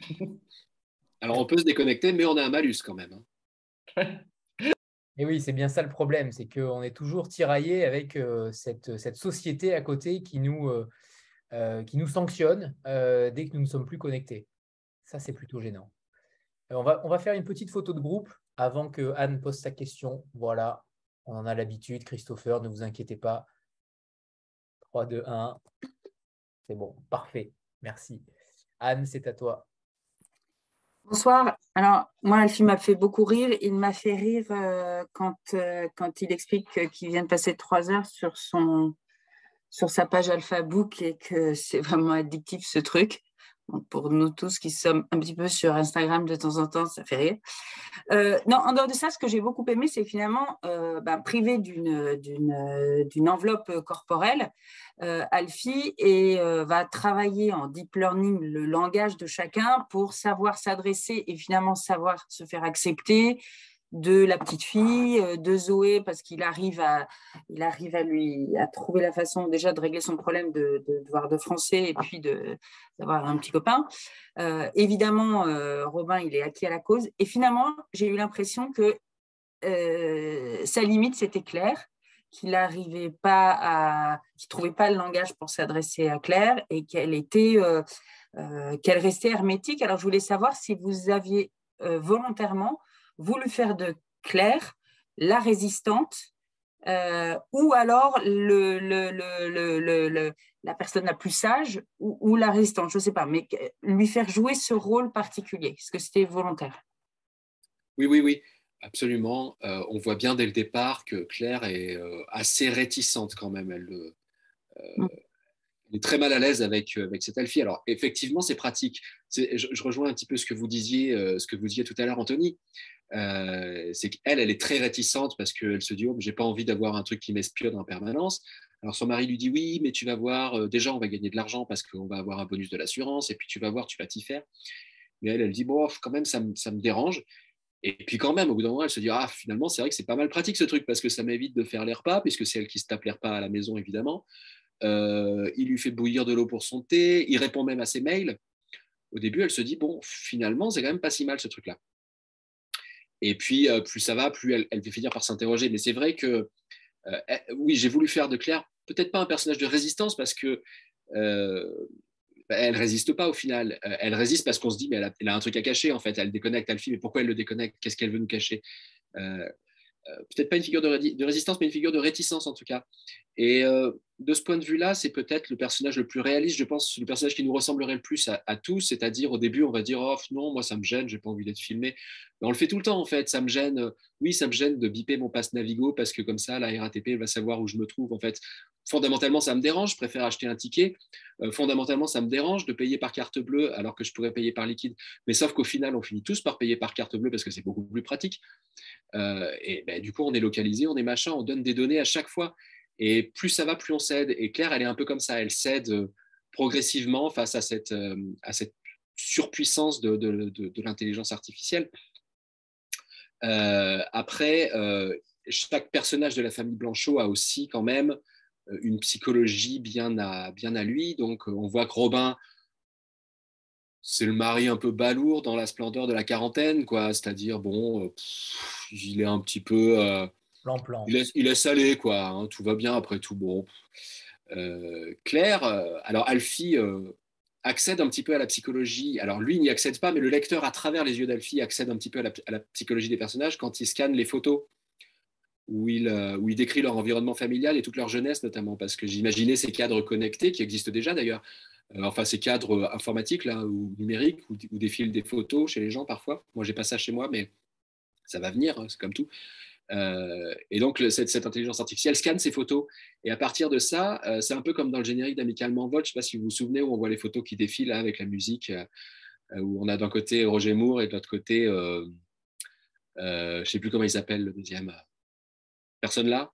Alors, on peut se déconnecter, mais on a un malus quand même. Hein. Et oui, c'est bien ça le problème, c'est qu'on est toujours tiraillé avec cette société à côté qui nous sanctionne dès que nous ne sommes plus connectés. Ça, c'est plutôt gênant. On va faire une petite photo de groupe avant que Anne pose sa question. Voilà, on en a l'habitude. Christopher, ne vous inquiétez pas. 3, 2, 1. C'est bon, parfait. Merci. Anne, c'est à toi. Bonsoir. Alors, moi, le film m'a fait beaucoup rire. Il m'a fait rire quand il explique qu'il vient de passer 3 heures sur sa page Alphabook et que c'est vraiment addictif, ce truc. Donc, pour nous tous qui sommes un petit peu sur Instagram de temps en temps, ça fait rire. Non, en dehors de ça, ce que j'ai beaucoup aimé, c'est finalement privé d'une enveloppe corporelle, Alfie va travailler en deep learning le langage de chacun pour savoir s'adresser et finalement savoir se faire accepter de la petite fille, de Zoé, parce qu'il arrive à trouver la façon déjà de régler son problème de devoir de français et puis d'avoir un petit copain. Évidemment, Robin, il est acquis à la cause. Et finalement, j'ai eu l'impression que sa limite, c'était Claire, qu'il n'arrivait pas qu'il trouvait pas le langage pour s'adresser à Claire et qu'elle restait hermétique. Alors, je voulais savoir si vous aviez volontairement voulu faire de Claire la résistante ou alors la personne la plus sage ou la résistante, je ne sais pas, mais lui faire jouer ce rôle particulier. Est-ce que c'était volontaire? Oui, absolument. On voit bien dès le départ que Claire est assez réticente quand même. Elle est très mal à l'aise avec cette Alfie. Alors, effectivement, c'est pratique. Je rejoins un petit peu ce que vous disiez tout à l'heure, Anthony. C'est qu'elle est très réticente parce qu'elle se dit « Oh, j'ai pas envie d'avoir un truc qui m'espionne en permanence ». Alors, son mari lui dit « Oui, mais tu vas voir, déjà, on va gagner de l'argent parce qu'on va avoir un bonus de l'assurance et puis tu vas voir, tu vas t'y faire ». Mais elle dit « Bon, quand même, ça me dérange ». Et puis quand même, au bout d'un moment, elle se dit « Ah, finalement, c'est vrai que c'est pas mal pratique ce truc parce que ça m'évite de faire les repas puisque c'est elle qui se tape les repas à la maison, évidemment. » Il lui fait bouillir de l'eau pour son thé, il répond même à ses mails. Au début, elle se dit, bon, finalement, c'est quand même pas si mal ce truc-là. Et puis, plus ça va, plus elle fait finir par s'interroger. Mais c'est vrai que, oui, j'ai voulu faire de Claire peut-être pas un personnage de résistance parce que elle résiste pas au final. Elle résiste parce qu'on se dit, mais elle a un truc à cacher en fait. Elle déconnecte Alfie, mais pourquoi elle le déconnecte? Qu'est-ce qu'elle veut nous cacher? Peut-être pas une figure de résistance, mais une figure de réticence en tout cas. Et de ce point de vue-là, c'est peut-être le personnage le plus réaliste, je pense, le personnage qui nous ressemblerait le plus à tous, c'est-à-dire au début, on va dire « Oh non, moi ça me gêne, j'ai pas envie d'être filmé ». Mais on le fait tout le temps en fait, ça me gêne, oui, ça me gêne de biper mon passe Navigo parce que comme ça, la RATP va savoir où je me trouve en fait. Fondamentalement, ça me dérange, je préfère acheter un ticket. Fondamentalement, ça me dérange de payer par carte bleue alors que je pourrais payer par liquide. Mais sauf qu'au final, on finit tous par payer par carte bleue parce que c'est beaucoup plus pratique. Et ben, du coup, on est localisé, on est machin, on donne des données à chaque fois. Et plus ça va, plus on cède. Et Claire, elle est un peu comme ça. Elle cède progressivement face à cette surpuissance de l'intelligence artificielle. Après, chaque personnage de la famille Blanchot a aussi quand même une psychologie bien à lui. Donc, on voit que Robin, c'est le mari un peu balourd dans la splendeur de la quarantaine, quoi. C'est-à-dire, bon, il est un petit peu... Plan-plan. Il laisse aller, quoi. Tout va bien après tout. Bon. Claire, alors Alfie, accède un petit peu à la psychologie. Alors lui, il n'y accède pas, mais le lecteur, à travers les yeux d'Alfie, accède un petit peu à la psychologie des personnages quand il scanne les photos où il décrit leur environnement familial et toute leur jeunesse notamment, parce que j'imaginais ces cadres connectés qui existent déjà d'ailleurs, enfin ces cadres informatiques là, ou numériques, où défilent des photos chez les gens parfois. Moi, j'ai pas ça chez moi, mais ça va venir, hein, c'est comme tout. Et donc, cette intelligence artificielle scanne ces photos. Et à partir de ça, c'est un peu comme dans le générique d'Amicalement Vote, je ne sais pas si vous vous souvenez, où on voit les photos qui défilent là, avec la musique, où on a d'un côté Roger Moore et de l'autre côté, je ne sais plus comment il s'appelle, le deuxième. Personne là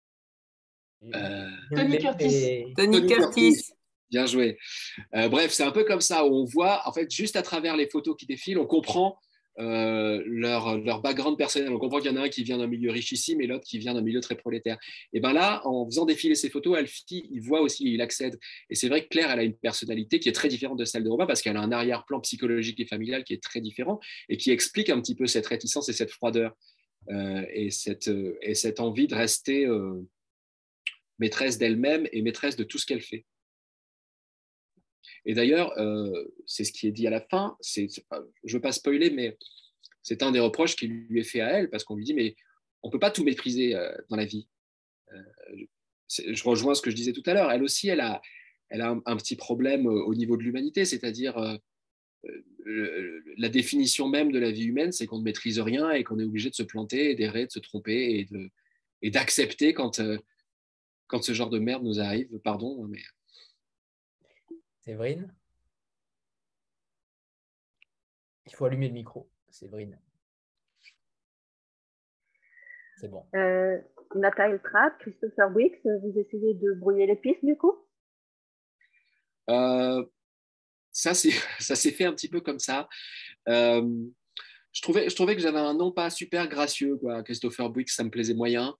Tony Curtis. Tony Curtis. Bien joué. Bref, c'est un peu comme ça, où on voit, en fait, juste à travers les photos qui défilent, on comprend leur background personnel. On comprend qu'il y en a un qui vient d'un milieu richissime et l'autre qui vient d'un milieu très prolétaire. Et bien là, en faisant défiler ces photos, Alfie, il voit aussi, il accède. Et c'est vrai que Claire, elle a une personnalité qui est très différente de celle de Robin parce qu'elle a un arrière-plan psychologique et familial qui est très différent et qui explique un petit peu cette réticence et cette froideur et cette envie de rester maîtresse d'elle-même et maîtresse de tout ce qu'elle fait. Et d'ailleurs, c'est ce qui est dit à la fin, je ne veux pas spoiler, mais c'est un des reproches qui lui est fait à elle, parce qu'on lui dit, mais on ne peut pas tout maîtriser dans la vie. Je rejoins ce que je disais tout à l'heure, elle aussi, elle a un petit problème au niveau de l'humanité, c'est-à-dire la définition même de la vie humaine, c'est qu'on ne maîtrise rien et qu'on est obligé de se planter, d'errer, de se tromper et d'accepter quand ce genre de merde nous arrive. Pardon, mais... Séverine? Il faut allumer le micro, Séverine. C'est bon. Nathalie Trapp, Christopher Wicks, vous essayez de brouiller les pistes du coup? Ça s'est fait un petit peu comme ça. Je trouvais que j'avais un nom pas super gracieux, quoi. Christopher Wicks, ça me plaisait moyen.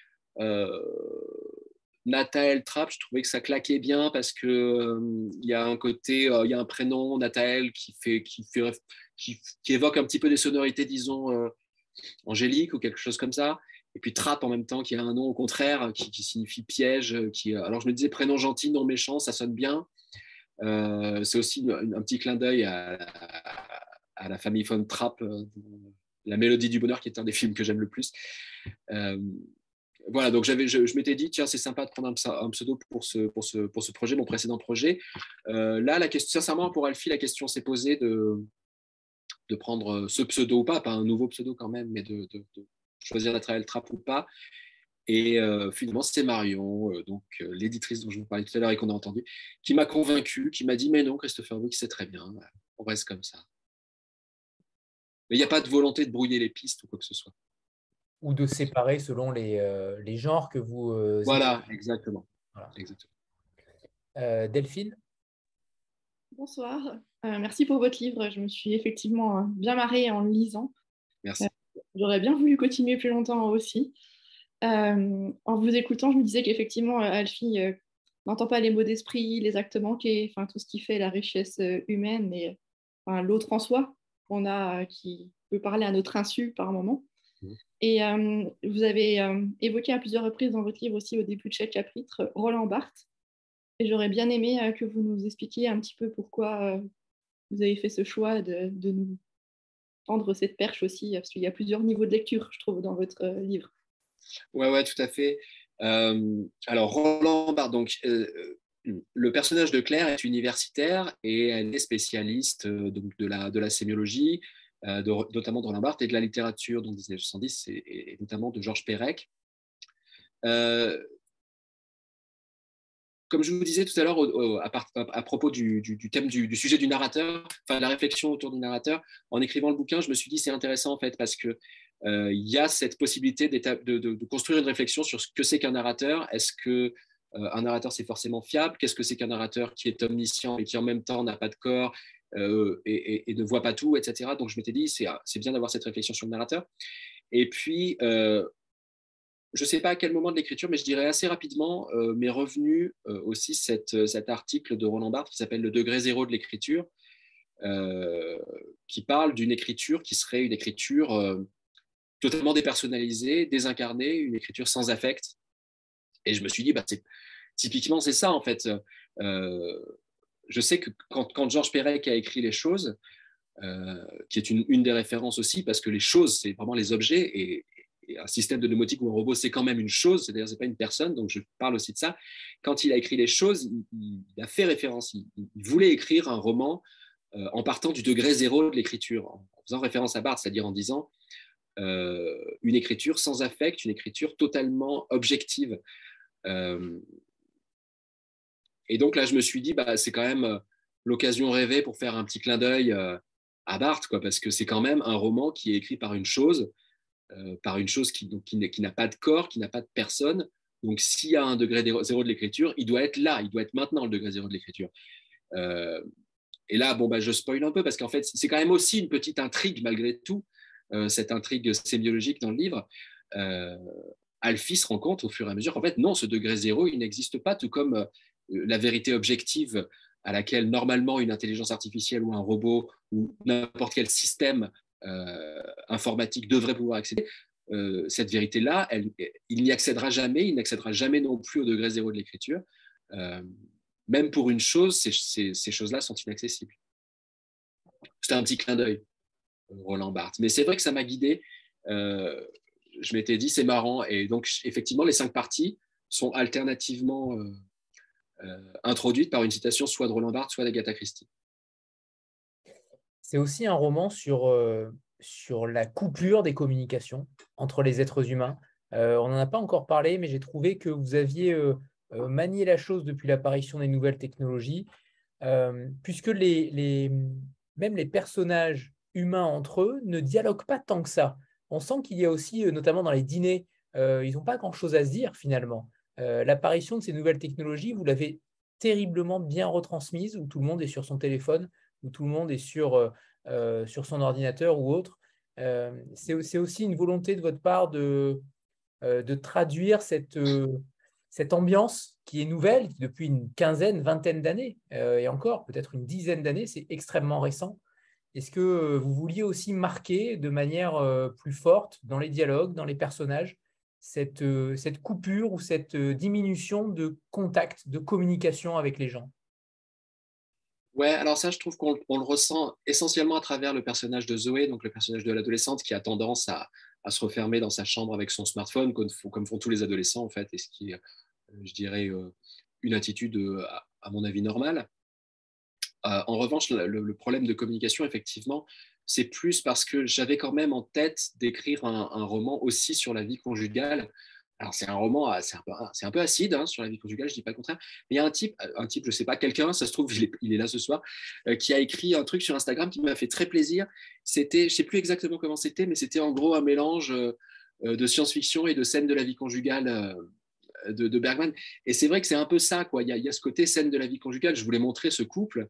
Nathalie Trapp, je trouvais que ça claquait bien parce que il y a un côté, il y a un prénom, Nathalie, qui évoque un petit peu des sonorités, disons, angéliques ou quelque chose comme ça. Et puis Trapp en même temps, qui a un nom au contraire, qui signifie piège. Alors je me disais prénom gentil, nom méchant, ça sonne bien. C'est aussi un petit clin d'œil à la famille von Trapp, La Mélodie du Bonheur, qui est un des films que j'aime le plus. Voilà, donc je m'étais dit, tiens, c'est sympa de prendre un pseudo pour ce projet, mon précédent projet. Là, sincèrement, pour Alfie, la question s'est posée de prendre ce pseudo ou pas un nouveau pseudo quand même, mais de choisir Nathalie Trapp ou pas. Et finalement, c'est Marion, donc l'éditrice dont je vous parlais tout à l'heure et qu'on a entendu, qui m'a convaincu, qui m'a dit, mais non, Christopher Wicks, c'est très bien, on reste comme ça. Mais il n'y a pas de volonté de brouiller les pistes ou quoi que ce soit. Ou de séparer selon les genres que vous... voilà, exactement. Voilà. Exactement. Delphine? Bonsoir. Merci pour votre livre. Je me suis effectivement bien marrée en le lisant. Merci. J'aurais bien voulu continuer plus longtemps aussi. En vous écoutant, je me disais qu'effectivement, Alfie n'entend pas les mots d'esprit, les actes manqués, enfin tout ce qui fait la richesse humaine et l'autre en soi qu'on a qui peut parler à notre insu par moment. Et vous avez évoqué à plusieurs reprises dans votre livre aussi au début de chaque chapitre Roland Barthes. Et j'aurais bien aimé que vous nous expliquiez un petit peu pourquoi vous avez fait ce choix de nous tendre cette perche aussi, parce qu'il y a plusieurs niveaux de lecture, je trouve, dans votre livre. Ouais, tout à fait. Alors, Roland Barthes, donc, le personnage de Claire est universitaire et elle est spécialiste donc de la sémiologie, notamment de Roland Barthes et de la littérature, donc des années 70, et notamment de Georges Perec. Comme je vous disais tout à l'heure à propos du thème du sujet du narrateur, enfin de la réflexion autour du narrateur, en écrivant le bouquin, je me suis dit c'est intéressant en fait parce que y a cette possibilité de construire une réflexion sur ce que c'est qu'un narrateur. Est-ce que un narrateur c'est forcément fiable? Qu'est-ce que c'est qu'un narrateur qui est omniscient et qui en même temps n'a pas de corps et ne voit pas tout, etc. Donc je m'étais dit c'est bien d'avoir cette réflexion sur le narrateur. Et puis je ne sais pas à quel moment de l'écriture, mais je dirais assez rapidement, m'est revenu aussi cet article de Roland Barthes qui s'appelle Le degré zéro de l'écriture, qui parle d'une écriture qui serait une écriture totalement dépersonnalisée, désincarnée, une écriture sans affect. Et je me suis dit, typiquement, c'est ça en fait. je sais que quand Georges Perec a écrit Les choses, qui est une des références aussi, parce que les choses, c'est vraiment les objets, et un système de domotique ou un robot, c'est quand même une chose, c'est-à-dire c'est pas une personne, donc je parle aussi de ça. Quand il a écrit Les choses, il a fait référence, il voulait écrire un roman en partant du degré zéro de l'écriture, en faisant référence à Barthes, c'est-à-dire en disant une écriture sans affect, une écriture totalement objective. Et donc là, je me suis dit, c'est quand même l'occasion rêvée pour faire un petit clin d'œil à Barthes, quoi, parce que c'est quand même un roman qui est écrit par une chose qui n'a pas de corps, qui n'a pas de personne. Donc, s'il y a un degré zéro de l'écriture, il doit être là, il doit être maintenant le degré zéro de l'écriture. Et là, je spoil un peu parce qu'en fait, c'est quand même aussi une petite intrigue malgré tout, cette intrigue sémiologique dans le livre. Alfie se rend compte au fur et à mesure qu'en fait, non, ce degré zéro, il n'existe pas, tout comme la vérité objective à laquelle normalement une intelligence artificielle ou un robot ou n'importe quel système informatique devrait pouvoir accéder. Cette vérité-là, il n'y accédera jamais, il n'accédera jamais non plus au degré zéro de l'écriture. Même pour une chose, ces choses-là sont inaccessibles. C'était un petit clin d'œil, Roland Barthes. Mais c'est vrai que ça m'a guidé. Je m'étais dit, c'est marrant. Et donc, effectivement, les 5 parties sont alternativement introduites par une citation soit de Roland Barthes, soit d'Agatha Christie. C'est aussi un roman sur la coupure des communications entre les êtres humains. On n'en a pas encore parlé, mais j'ai trouvé que vous aviez manié la chose depuis l'apparition des nouvelles technologies, puisque même les personnages humains entre eux ne dialoguent pas tant que ça. On sent qu'il y a aussi, notamment dans les dîners, ils n'ont pas grand-chose à se dire finalement. L'apparition de ces nouvelles technologies, vous l'avez terriblement bien retransmise, où tout le monde est sur son téléphone, où tout le monde est sur son ordinateur ou autre. C'est aussi une volonté de votre part de traduire cette ambiance qui est nouvelle depuis une quinzaine, vingtaine d'années, et encore peut-être une dizaine d'années, c'est extrêmement récent. Est-ce que vous vouliez aussi marquer de manière plus forte dans les dialogues, dans les personnages, cette coupure ou cette diminution de contact, de communication avec les gens? Ouais, alors ça, je trouve qu'on le ressent essentiellement à travers le personnage de Zoé, donc le personnage de l'adolescente qui a tendance à se refermer dans sa chambre avec son smartphone, comme font tous les adolescents, en fait, et ce qui est, je dirais, une attitude, à mon avis, normale. En revanche, le problème de communication, effectivement, c'est plus parce que j'avais quand même en tête d'écrire un roman aussi sur la vie conjugale. Alors, c'est un roman, c'est un peu acide sur la vie conjugale, je ne dis pas le contraire, mais il y a un type, je ne sais pas, quelqu'un, ça se trouve, il est là ce soir, qui a écrit un truc sur Instagram qui m'a fait très plaisir. C'était, je ne sais plus exactement comment c'était, mais c'était en gros un mélange de science-fiction et de scènes de la vie conjugale de Bergman. Et c'est vrai que c'est un peu ça, quoi. Il y a ce côté scène de la vie conjugale. Je voulais montrer ce couple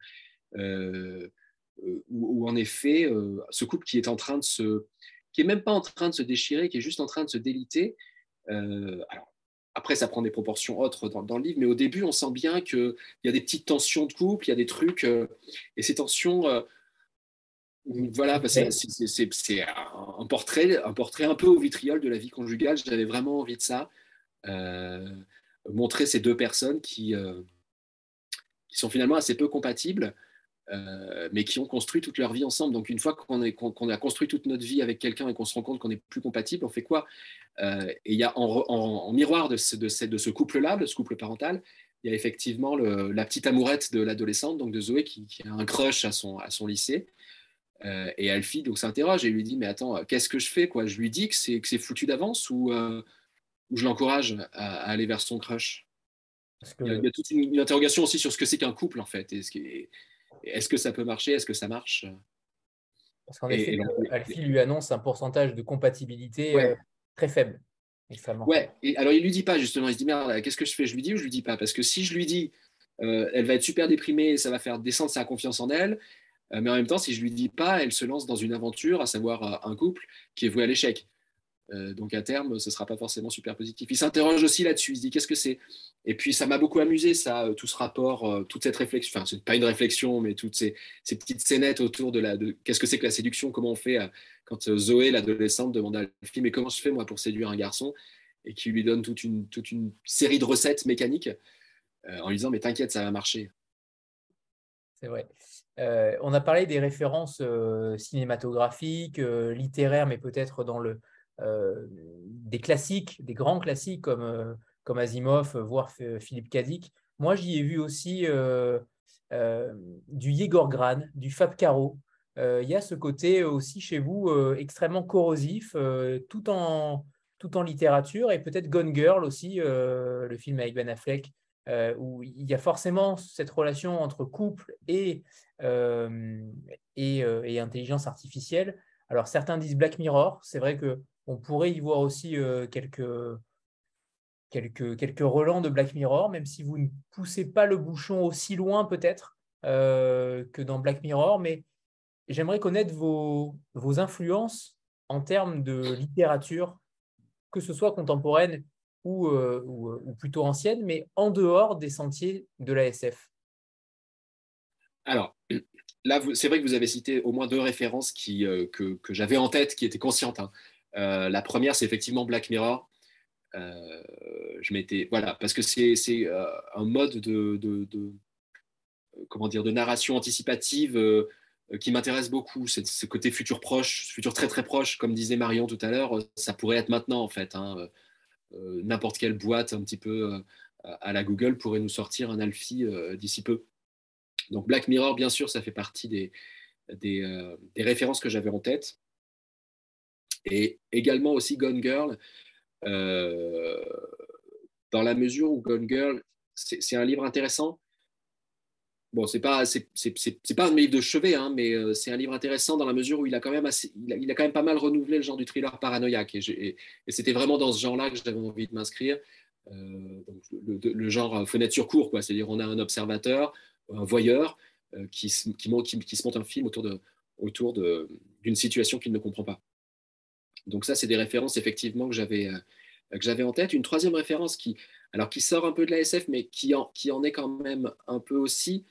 où en effet, ce couple qui est même pas en train de se déchirer, qui est juste en train de se déliter. Alors, après, ça prend des proportions autres dans le livre, mais au début, on sent bien qu'il y a des petites tensions de couple, il y a des trucs, et ces tensions, voilà, c'est un portrait un peu au vitriol de la vie conjugale. J'avais vraiment envie de ça, montrer ces deux personnes qui sont finalement assez peu compatibles, mais qui ont construit toute leur vie ensemble. Donc, une fois qu'on a construit toute notre vie avec quelqu'un et qu'on se rend compte qu'on n'est plus compatible, on fait quoi? Et il y a en miroir de ce couple-là, de ce couple parental, il y a effectivement la petite amourette de l'adolescente, donc de Zoé, qui a un crush à son lycée. Et Alfie donc s'interroge et lui dit, mais attends, qu'est-ce que je fais, quoi? Je lui dis que c'est foutu d'avance ou je l'encourage à aller vers son crush? Il y a toute une interrogation aussi sur ce que c'est qu'un couple, en fait. Est-ce que ça peut marcher? Est-ce que ça marche? Parce qu'en effet, Alfie lui annonce un pourcentage de compatibilité très faible. Ouais, et alors il lui dit pas, justement, il se dit, merde, qu'est-ce que je fais? Je lui dis ou je lui dis pas? Parce que si je lui dis, elle va être super déprimée et ça va faire descendre sa confiance en elle, mais en même temps, si je lui dis pas, elle se lance dans une aventure, à savoir un couple qui est voué à l'échec. Donc à terme, ce ne sera pas forcément super positif. Il s'interroge aussi là-dessus, il se dit qu'est-ce que c'est? Et puis ça m'a beaucoup amusé, ça, tout ce rapport, toute cette réflexion, enfin c'est pas une réflexion, mais toutes ces petites scénettes autour de qu'est-ce que c'est que la séduction, comment on fait quand Zoé, l'adolescente, demande à Alfie, mais comment je fais moi pour séduire un garçon? Et qui lui donne toute une série de recettes mécaniques en lui disant mais t'inquiète, ça va marcher. C'est vrai. On a parlé des références cinématographiques, littéraires, mais peut-être dans des classiques, des grands classiques comme Asimov, voire Philippe K. Dick. Moi, j'y ai vu aussi du Yegor Gran, du Fab Caro. Il y a ce côté aussi chez vous extrêmement corrosif, tout en littérature, et peut-être Gone Girl aussi, le film avec Ben Affleck, où il y a forcément cette relation entre couple et intelligence artificielle. Alors certains disent Black Mirror, c'est vrai qu'on pourrait y voir aussi quelques relents de Black Mirror, même si vous ne poussez pas le bouchon aussi loin peut-être que dans Black Mirror, mais j'aimerais connaître vos influences en termes de littérature, que ce soit contemporaine ou plutôt ancienne, mais en dehors des sentiers de la SF. Alors, là, c'est vrai que vous avez cité au moins deux références que j'avais en tête, qui étaient conscientes, hein. La première, c'est effectivement Black Mirror. Voilà, parce que c'est un mode comment dire, de narration anticipative qui m'intéresse beaucoup. C'est ce côté futur proche, futur très très proche, comme disait Marion tout à l'heure, ça pourrait être maintenant en fait, hein. N'importe quelle boîte un petit peu à la Google pourrait nous sortir un Alfie d'ici peu. Donc Black Mirror, bien sûr, ça fait partie des références que j'avais en tête. Et également aussi Gone Girl, euh, dans la mesure où Gone Girl, c'est un livre intéressant. Bon, c'est pas un de mes livres de chevet, hein, mais c'est un livre intéressant dans la mesure où il a quand même il a quand même pas mal renouvelé le genre du thriller paranoïaque. Et c'était vraiment dans ce genre-là que j'avais envie de m'inscrire. Donc le genre fenêtre sur cour, quoi. C'est-à-dire on a un observateur, un voyeur qui se monte un film autour d'une situation qu'il ne comprend pas. Donc ça, c'est des références effectivement que j'avais en tête. Une troisième référence qui sort un peu de la SF, mais qui en est quand même un peu aussi,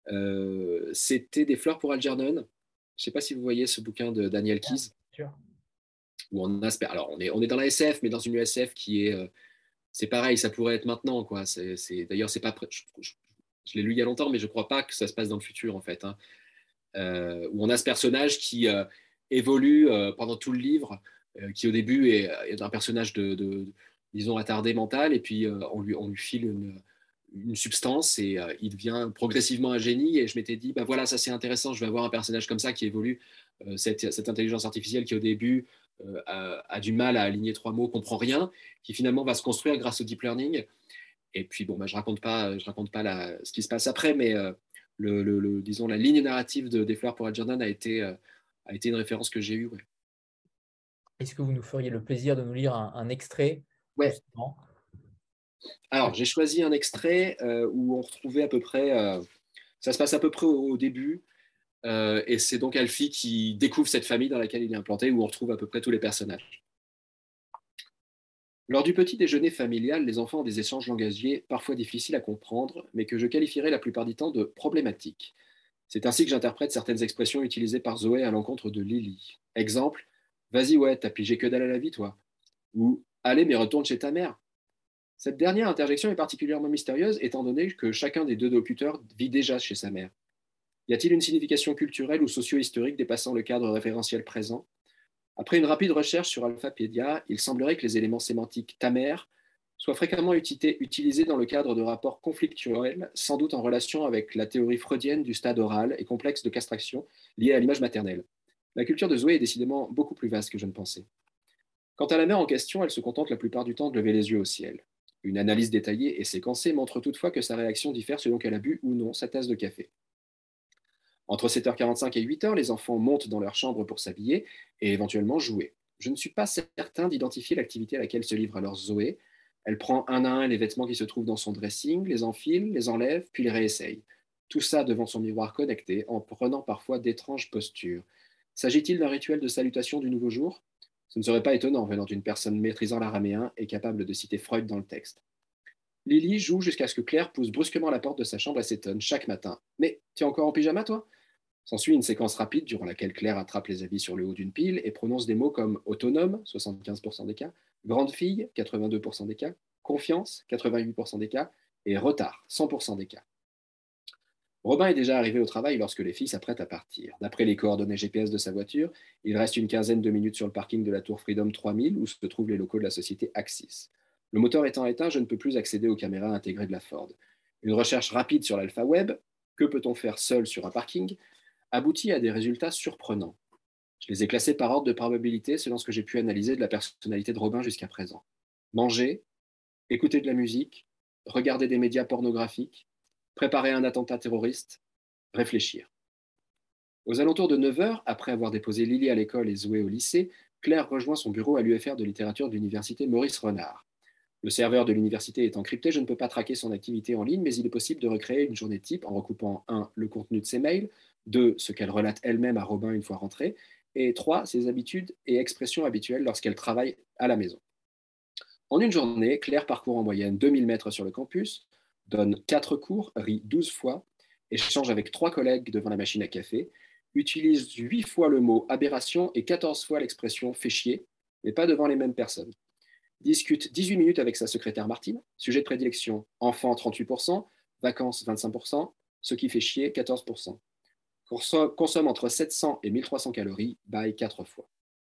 c'était Des fleurs pour Algernon. Je ne sais pas si vous voyez ce bouquin de Daniel Keyes. Sûr. Où alors on est dans la SF, mais dans une SF qui est, c'est pareil, ça pourrait être maintenant, quoi. D'ailleurs, c'est pas, je l'ai lu il y a longtemps, mais je ne crois pas que ça se passe dans le futur, en fait, hein. Où on a ce personnage qui évolue pendant tout le livre, qui au début est un personnage disons, attardé mental, et puis on lui file une substance et il devient progressivement un génie. Et je m'étais dit, bah voilà, ça c'est intéressant, je vais avoir un personnage comme ça qui évolue, cette intelligence artificielle qui au début a du mal à aligner trois mots, comprend rien, qui finalement va se construire grâce au deep learning. Et puis bon, bah, je raconte pas ce qui se passe après, mais disons, la ligne narrative Des fleurs pour Algernon a été une référence que j'ai eue. Ouais. Est-ce que vous nous feriez le plaisir de nous lire un extrait, Ouais. justement? Alors, j'ai choisi un extrait où on retrouvait à peu près, ça se passe à peu près au début, et c'est donc Alfie qui découvre cette famille dans laquelle il est implanté, où on retrouve à peu près tous les personnages. Lors du petit déjeuner familial, les enfants ont des échanges langagiers parfois difficiles à comprendre, mais que je qualifierais la plupart du temps de problématiques. C'est ainsi que j'interprète certaines expressions utilisées par Zoé à l'encontre de Lily. Exemple, vas-y ouais, t'as pigé que dalle à la vie toi. Ou allez mais retourne chez ta mère. Cette dernière interjection est particulièrement mystérieuse étant donné que chacun des deux locuteurs vit déjà chez sa mère. Y a-t-il une signification culturelle ou socio-historique dépassant le cadre référentiel présent? Après une rapide recherche sur Alphapédia, il semblerait que les éléments sémantiques ta mère soient fréquemment utilisés dans le cadre de rapports conflictuels, sans doute en relation avec la théorie freudienne du stade oral et complexe de castration lié à l'image maternelle. La culture de Zoé est décidément beaucoup plus vaste que je ne pensais. Quant à la mère en question, elle se contente la plupart du temps de lever les yeux au ciel. Une analyse détaillée et séquencée montre toutefois que sa réaction diffère selon qu'elle a bu ou non sa tasse de café. Entre 7h45 et 8h, les enfants montent dans leur chambre pour s'habiller et éventuellement jouer. Je ne suis pas certain d'identifier l'activité à laquelle se livre alors Zoé. Elle prend un à un les vêtements qui se trouvent dans son dressing, les enfile, les enlève, puis les réessaye. Tout ça devant son miroir connecté, en prenant parfois d'étranges postures. S'agit-il d'un rituel de salutation du nouveau jour? Ce ne serait pas étonnant venant d'une personne maîtrisant l'araméen et capable de citer Freud dans le texte. Lily joue jusqu'à ce que Claire pousse brusquement la porte de sa chambre et s'étonne chaque matin. « Mais tu es encore en pyjama, toi ?» S'ensuit une séquence rapide durant laquelle Claire attrape les habits sur le haut d'une pile et prononce des mots comme autonome, 75% des cas, grande fille, 82% des cas, confiance, 88% des cas, et retard, 100% des cas. Robin est déjà arrivé au travail lorsque les filles s'apprêtent à partir. D'après les coordonnées GPS de sa voiture, il reste une quinzaine de minutes sur le parking de la Tour Freedom 3000 où se trouvent les locaux de la société Axis. Le moteur étant éteint, je ne peux plus accéder aux caméras intégrées de la Ford. Une recherche rapide sur l'Alpha Web, que peut-on faire seul sur un parking, aboutit à des résultats surprenants. Je les ai classés par ordre de probabilité selon ce que j'ai pu analyser de la personnalité de Robin jusqu'à présent. Manger, écouter de la musique, regarder des médias pornographiques, préparer un attentat terroriste, réfléchir. Aux alentours de 9 heures, après avoir déposé Lily à l'école et Zoé au lycée, Claire rejoint son bureau à l'UFR de littérature de l'université Maurice Renard. Le serveur de l'université est encrypté, je ne peux pas traquer son activité en ligne, mais il est possible de recréer une journée type en recoupant 1. Le contenu de ses mails, 2. Ce qu'elle relate elle-même à Robin une fois rentrée, et 3. Ses habitudes et expressions habituelles lorsqu'elle travaille à la maison. En une journée, Claire parcourt en moyenne 2000 mètres sur le campus, donne 4 cours, rit 12 fois, échange avec 3 collègues devant la machine à café, utilise 8 fois le mot aberration et 14 fois l'expression fait chier, mais pas devant les mêmes personnes. Discute 18 minutes avec sa secrétaire Martine, sujet de prédilection, enfant 38%, vacances 25%, ce qui fait chier 14%. Consomme entre 700 et 1300 calories, baille 4 fois.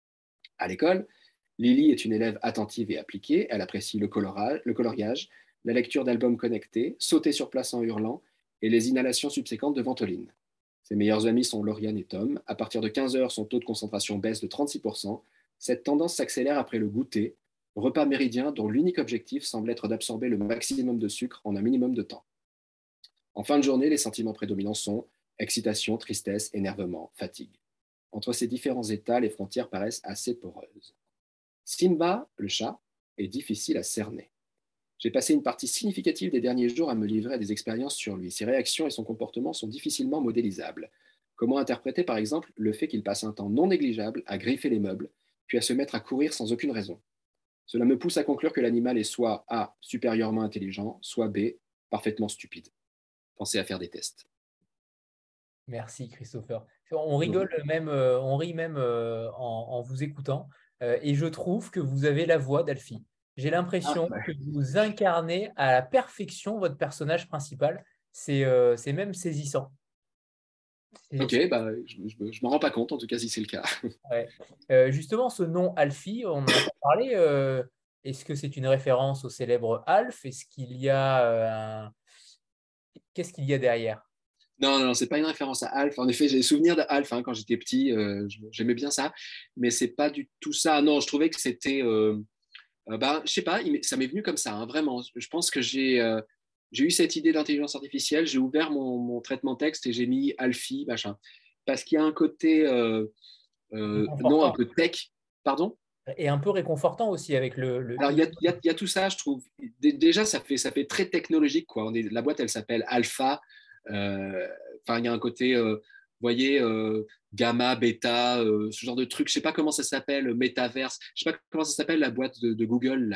À l'école, Lily est une élève attentive et appliquée, elle apprécie le coloriage, la lecture d'albums connectés, sauter sur place en hurlant et les inhalations subséquentes de Ventoline. Ses meilleurs amis sont Lauriane et Tom. À partir de 15 heures, son taux de concentration baisse de 36%. Cette tendance s'accélère après le goûter, repas méridien dont l'unique objectif semble être d'absorber le maximum de sucre en un minimum de temps. En fin de journée, les sentiments prédominants sont excitation, tristesse, énervement, fatigue. Entre ces différents états, les frontières paraissent assez poreuses. Simba, le chat, est difficile à cerner. J'ai passé une partie significative des derniers jours à me livrer à des expériences sur lui. Ses réactions et son comportement sont difficilement modélisables. Comment interpréter par exemple le fait qu'il passe un temps non négligeable à griffer les meubles, puis à se mettre à courir sans aucune raison? Cela me pousse à conclure que l'animal est soit A, supérieurement intelligent, soit B, parfaitement stupide. Pensez à faire des tests. Merci Christopher. On rigole même, on rit même en vous écoutant. Et je trouve que vous avez la voix d'Alfie. J'ai l'impression que vous incarnez à la perfection votre personnage principal. C'est même saisissant. Ok, je ne m'en rends pas compte, en tout cas, si c'est le cas. Ouais. Justement, ce nom Alfie, on en a pas parlé. Est-ce que c'est une référence au célèbre Alf? Est-ce qu'il y a Qu'est-ce qu'il y a derrière? Non, c'est pas une référence à Alf. En effet, j'ai des souvenirs d'Alf quand j'étais petit. J'aimais bien ça, mais c'est pas du tout ça. Non, je trouvais que c'était, je sais pas, ça m'est venu comme ça, hein, vraiment. Je pense que j'ai eu cette idée d'intelligence artificielle. J'ai ouvert mon traitement texte et j'ai mis Alfie, machin, parce qu'il y a un côté, non, un peu tech. Pardon? Et un peu réconfortant aussi avec le... Alors, il y a tout ça, je trouve. Déjà, ça fait très technologique, quoi. La boîte, elle s'appelle Alpha. Il y a un côté, vous voyez, gamma, bêta, ce genre de truc. Je ne sais pas comment ça s'appelle, métaverse. Je ne sais pas comment ça s'appelle, la boîte de Google,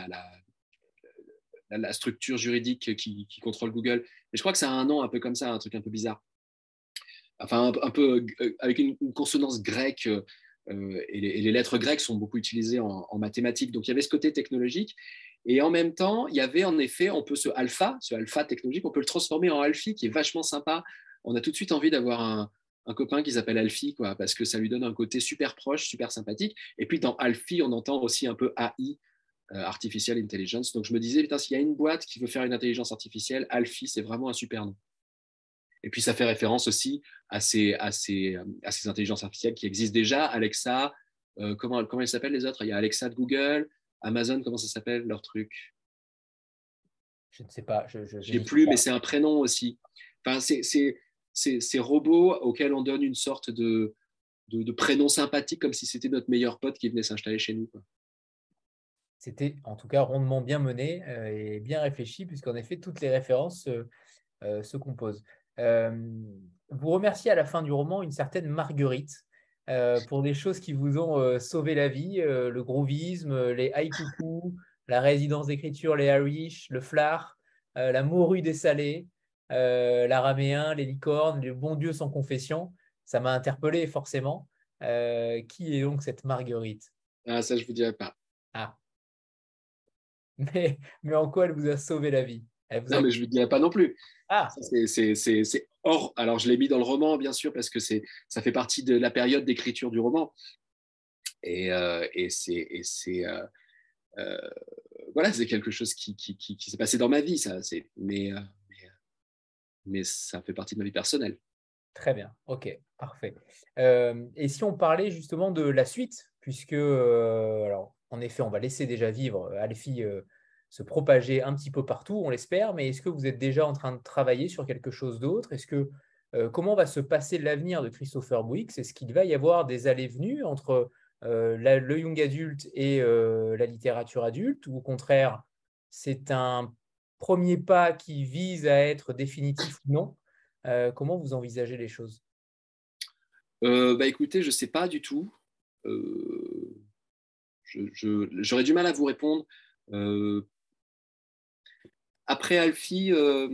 la structure juridique qui contrôle Google. Mais je crois que ça a un nom un peu comme ça, un truc un peu bizarre. Enfin, un peu avec une consonance grecque. Et les lettres grecques sont beaucoup utilisées en mathématiques. Donc, il y avait ce côté technologique. Et en même temps, il y avait en effet, ce alpha technologique, on peut le transformer en Alfie, qui est vachement sympa. On a tout de suite envie d'avoir un copain qui s'appelle Alfie, quoi, parce que ça lui donne un côté super proche, super sympathique. Et puis, dans Alfie, on entend aussi un peu AI, Artificial Intelligence. Donc, je me disais, putain, s'il y a une boîte qui veut faire une intelligence artificielle, Alfie, c'est vraiment un super nom. Et puis, ça fait référence aussi à ces intelligences artificielles qui existent déjà. Alexa, comment elles s'appellent les autres? Il y a Alexa de Google, Amazon, comment ça s'appelle leur truc? Je ne sais pas. Je ne sais plus, mais c'est un prénom aussi. Enfin, ces robots auxquels on donne une sorte de prénom sympathique, comme si c'était notre meilleur pote qui venait s'installer chez nous, quoi. C'était en tout cas rondement bien mené et bien réfléchi, puisqu'en effet, toutes les références se composent. Vous remerciez à la fin du roman une certaine Marguerite pour des choses qui vous ont sauvé la vie, le groovisme, les haïkoukou, la résidence d'écriture, les Harish, le flard, la morue des salés, l'araméen, les licornes, le bon Dieu sans confession. Ça m'a interpellé forcément. Qui est donc cette Marguerite? Ah, ça, je ne vous dirai pas. Ah. Mais en quoi elle vous a sauvé la vie? Non, mais je ne vous dirai pas non plus. Ah. C'est Or, alors je l'ai mis dans le roman, bien sûr, parce que ça fait partie de la période d'écriture du roman. Et voilà, c'est quelque chose qui s'est passé dans ma vie, ça. Mais ça fait partie de ma vie personnelle. Très bien, ok, parfait. Et si on parlait justement de la suite, puisque, alors, en effet, on va laisser déjà vivre Alfie se propager un petit peu partout, on l'espère, mais est-ce que vous êtes déjà en train de travailler sur quelque chose d'autre? Comment va se passer l'avenir de Christopher Bouix? Est-ce qu'il va y avoir des allées-venues entre le young adulte et la littérature adulte, ou au contraire, c'est un premier pas qui vise à être définitif ou non? Comment vous envisagez les choses? Écoutez, je ne sais pas du tout. J'aurais du mal à vous répondre. Après Alfie,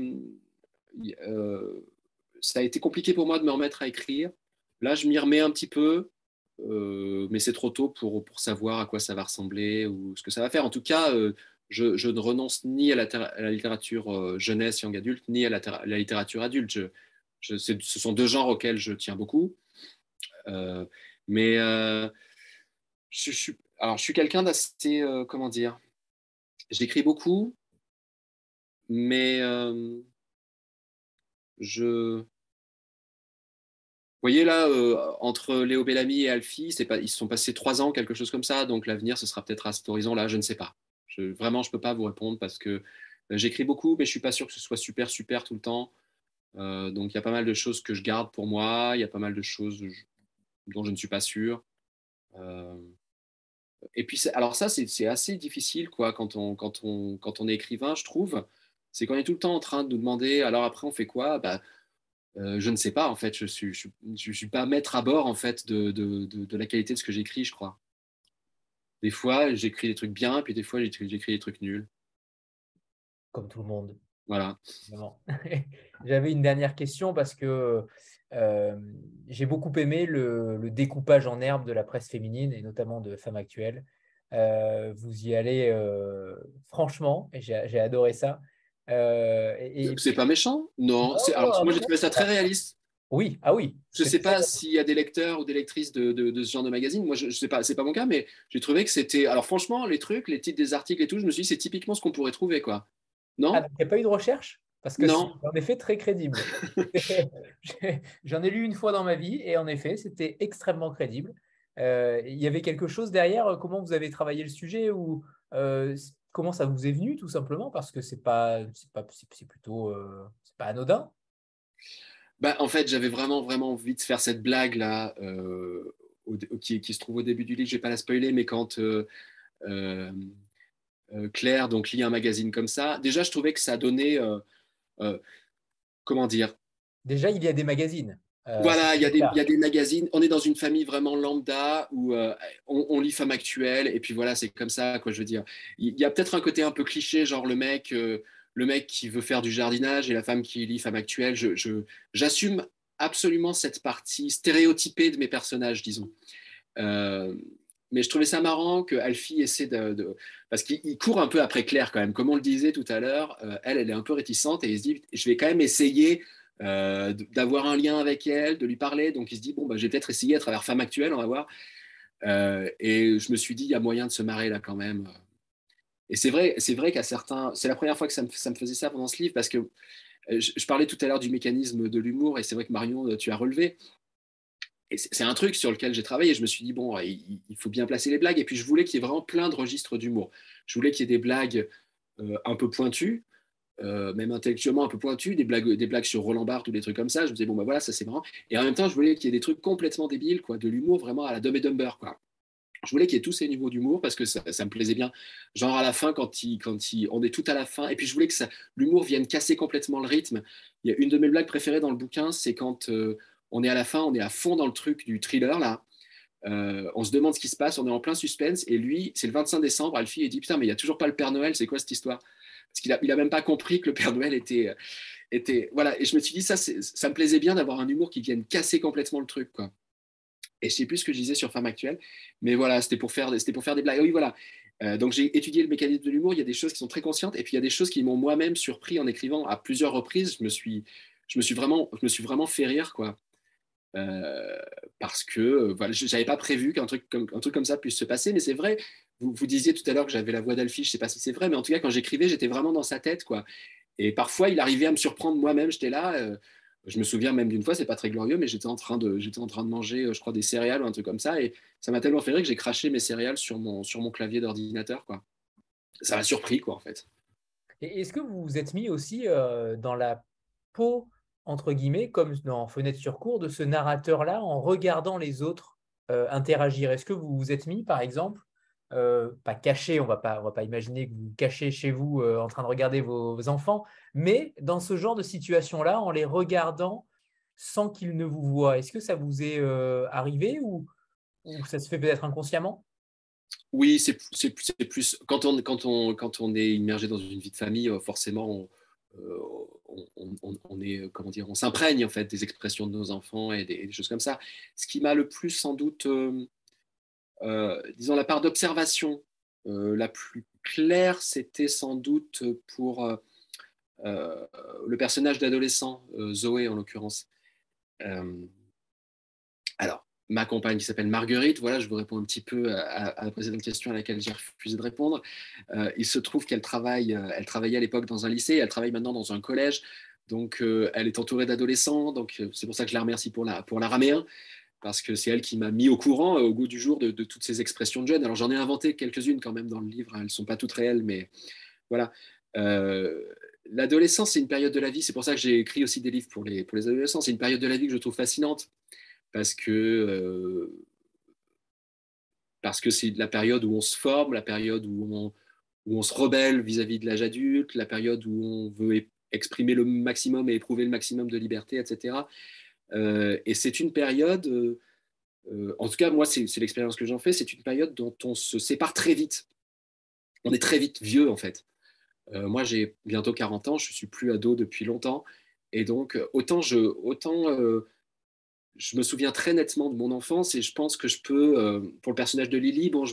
ça a été compliqué pour moi de me remettre à écrire. Là, je m'y remets un petit peu, mais c'est trop tôt pour savoir à quoi ça va ressembler ou ce que ça va faire. En tout cas, je ne renonce ni à la littérature jeunesse, young adulte, ni à la littérature adulte. Ce sont deux genres auxquels je tiens beaucoup. Mais je suis quelqu'un d'assez, comment dire, j'écris beaucoup, mais vous voyez là, entre Léo Bellamy et Alfie, ils se sont passés 3 ans, quelque chose comme ça, donc l'avenir, ce sera peut-être à cet horizon-là, je ne sais pas. Vraiment, je ne peux pas vous répondre parce que j'écris beaucoup, mais je ne suis pas sûr que ce soit super, super tout le temps. Donc il y a pas mal de choses que je garde pour moi, il y a pas mal de choses dont je ne suis pas sûr. Et puis, alors ça, c'est assez difficile quoi, quand on est écrivain, je trouve. C'est qu'on est tout le temps en train de nous demander, alors après, on fait quoi? Je ne sais pas, en fait. Je suis pas maître à bord, en fait, de la qualité de ce que j'écris, je crois. Des fois, j'écris des trucs bien, puis des fois, j'écris des trucs nuls. Comme tout le monde. Voilà. J'avais une dernière question parce que j'ai beaucoup aimé le découpage en herbe de la presse féminine et notamment de Femmes Actuelles. Vous y allez franchement et j'ai adoré ça. C'est pas méchant? Non. Alors, moi, j'ai trouvé ça très réaliste. Oui, ah oui. Je ne sais pas s'il y a des lecteurs ou des lectrices de ce genre de magazine. Moi, je sais pas, c'est pas mon cas, mais j'ai trouvé que c'était. Alors, franchement, les trucs, les titres des articles et tout, je me suis dit, c'est typiquement ce qu'on pourrait trouver, quoi. Non? Il n'y a pas eu de recherche? Parce que non. c'est en effet très crédible. J'en ai lu une fois dans ma vie et en effet, c'était extrêmement crédible. Il y avait quelque chose derrière. Comment vous avez travaillé le sujet ou comment ça vous est venu tout simplement? Parce que c'est plutôt c'est pas anodin. En fait, j'avais vraiment, vraiment envie de faire cette blague-là qui se trouve au début du livre. Je ne vais pas la spoiler, mais quand Claire donc, lit un magazine comme ça, déjà, je trouvais que ça donnait... comment dire? Déjà, il y a des magazines. Voilà, il y a des magazines. On est dans une famille vraiment lambda où on lit Femmes Actuelles et puis voilà, c'est comme ça, quoi, je veux dire. Il y a peut-être un côté un peu cliché, genre le mec qui veut faire du jardinage et la femme qui lit Femmes Actuelles. J'assume absolument cette partie stéréotypée de mes personnages, disons. Mais je trouvais ça marrant que Alfie essaie parce qu'il court un peu après Claire quand même. Comme on le disait tout à l'heure, elle est un peu réticente et il se dit, je vais quand même essayer d'avoir un lien avec elle, de lui parler. Donc il se dit, bon, je vais peut-être essayer à travers Femmes Actuelles, on va voir. Et je me suis dit, il y a moyen de se marrer là quand même. Et c'est vrai qu'à certains, c'est la première fois que ça me faisait ça pendant ce livre, parce que je parlais tout à l'heure du mécanisme de l'humour, et c'est vrai que Marion, tu as relevé. Et c'est un truc sur lequel j'ai travaillé. Je me suis dit, bon, il faut bien placer les blagues. Et puis je voulais qu'il y ait vraiment plein de registres d'humour. Je voulais qu'il y ait des blagues un peu pointues, même intellectuellement un peu pointu, des blagues sur Roland Barthes ou des trucs comme ça. Je me disais, bon, voilà, ça c'est marrant. Et en même temps, je voulais qu'il y ait des trucs complètement débiles, quoi, de l'humour vraiment à la Dumb et Dumber, quoi. Je voulais qu'il y ait tous ces niveaux d'humour parce que ça me plaisait bien. Genre à la fin, quand on est tout à la fin. Et puis je voulais que l'humour vienne casser complètement le rythme. Il y a une de mes blagues préférées dans le bouquin, c'est quand on est à la fin, on est à fond dans le truc du thriller, là. On se demande ce qui se passe, on est en plein suspense. Et lui, c'est le 25 décembre, Alfie, il dit, putain, mais il n'y a toujours pas le Père Noël, c'est quoi cette histoire? Parce qu'il a même pas compris que le Père Noël était voilà. Et je me suis dit, ça me plaisait bien d'avoir un humour qui vienne casser complètement le truc, quoi. Et je sais plus ce que je disais sur Femmes Actuelles, mais voilà, c'était pour faire des blagues. Oui, voilà. Donc j'ai étudié le mécanisme de l'humour. Il y a des choses qui sont très conscientes, et puis il y a des choses qui m'ont moi-même surpris en écrivant à plusieurs reprises. Je je me suis vraiment fait rire, quoi. Parce que voilà, je n'avais pas prévu qu'un truc comme ça puisse se passer, mais c'est vrai. Vous disiez tout à l'heure que j'avais la voix d'Alfie, je ne sais pas si c'est vrai, mais en tout cas, quand j'écrivais, j'étais vraiment dans sa tête, quoi. Et parfois, il arrivait à me surprendre moi-même, j'étais là. Je me souviens même d'une fois, c'est pas très glorieux, mais j'étais en train de manger, je crois, des céréales ou un truc comme ça, et ça m'a tellement fait rire que j'ai craché mes céréales sur mon clavier d'ordinateur, quoi. Ça m'a surpris, quoi, en fait. Et est-ce que vous vous êtes mis aussi dans la peau, entre guillemets, comme dans Fenêtre sur cour, de ce narrateur-là en regardant les autres interagir? Est-ce que vous vous êtes mis, par exemple, pas caché, on va pas imaginer que vous cachez chez vous en train de regarder vos enfants, mais dans ce genre de situation-là, en les regardant sans qu'ils ne vous voient? Est-ce que ça vous est arrivé ou ça se fait peut-être inconsciemment? Oui, c'est plus quand on est immergé dans une vie de famille, forcément, on est, comment dire, on s'imprègne en fait des expressions de nos enfants et des choses comme ça. Ce qui m'a le plus sans doute, disons, la part d'observation la plus claire, c'était sans doute pour le personnage d'adolescent, Zoé en l'occurrence. Alors, ma compagne qui s'appelle Marguerite, voilà, je vous réponds un petit peu à la précédente question à laquelle j'ai refusé de répondre. Il se trouve qu'elle elle travaillait à l'époque dans un lycée, elle travaille maintenant dans un collège, donc elle est entourée d'adolescents, donc c'est pour ça que je la remercie pour la ramer un, parce que c'est elle qui m'a mis au courant, au goût du jour de toutes ces expressions de jeunes. Alors j'en ai inventé quelques-unes quand même dans le livre, elles ne sont pas toutes réelles, mais voilà. L'adolescence, c'est une période de la vie, c'est pour ça que j'ai écrit aussi des livres pour les adolescents, c'est une période de la vie que je trouve fascinante, parce que c'est la période où on se forme, la période où on se rebelle vis-à-vis de l'âge adulte, la période où on veut exprimer le maximum et éprouver le maximum de liberté, etc. Et c'est une période, en tout cas moi c'est l'expérience que j'en fais, c'est une période dont on se sépare très vite. On est très vite vieux en fait. Moi j'ai bientôt 40 ans, je ne suis plus ado depuis longtemps, et donc autant je me souviens très nettement de mon enfance, et je pense que je peux, pour le personnage de Lily, bon,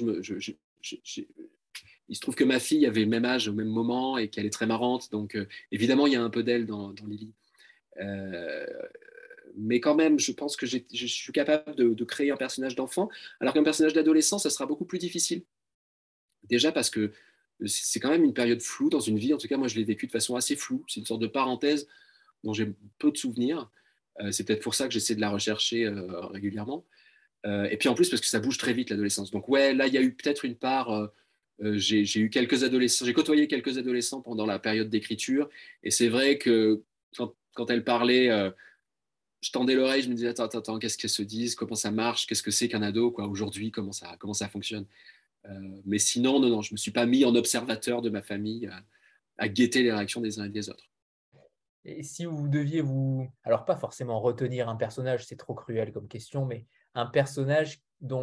il se trouve que ma fille avait le même âge au même moment et qu'elle est très marrante, donc évidemment il y a un peu d'elle dans Lily. Euh, mais quand même, je pense que je suis capable de créer un personnage d'enfant, alors qu'un personnage d'adolescent, ça sera beaucoup plus difficile. Déjà parce que c'est quand même une période floue dans une vie, en tout cas moi je l'ai vécu de façon assez floue, c'est une sorte de parenthèse dont j'ai peu de souvenirs. C'est peut-être pour ça que j'essaie de la rechercher régulièrement. Et puis en plus, parce que ça bouge très vite l'adolescence. Donc ouais, là, il y a eu peut-être une part. J'ai eu quelques adolescents, j'ai côtoyé quelques adolescents pendant la période d'écriture. Et c'est vrai que quand elle parlait, je tendais l'oreille, je me disais, attends, qu'est-ce qu'elles se disent, comment ça marche, qu'est-ce que c'est qu'un ado, quoi, aujourd'hui, comment ça fonctionne. Mais sinon, non, je ne me suis pas mis en observateur de ma famille à guetter les réactions des uns et des autres. Et si vous deviez alors pas forcément retenir un personnage, c'est trop cruel comme question, mais un personnage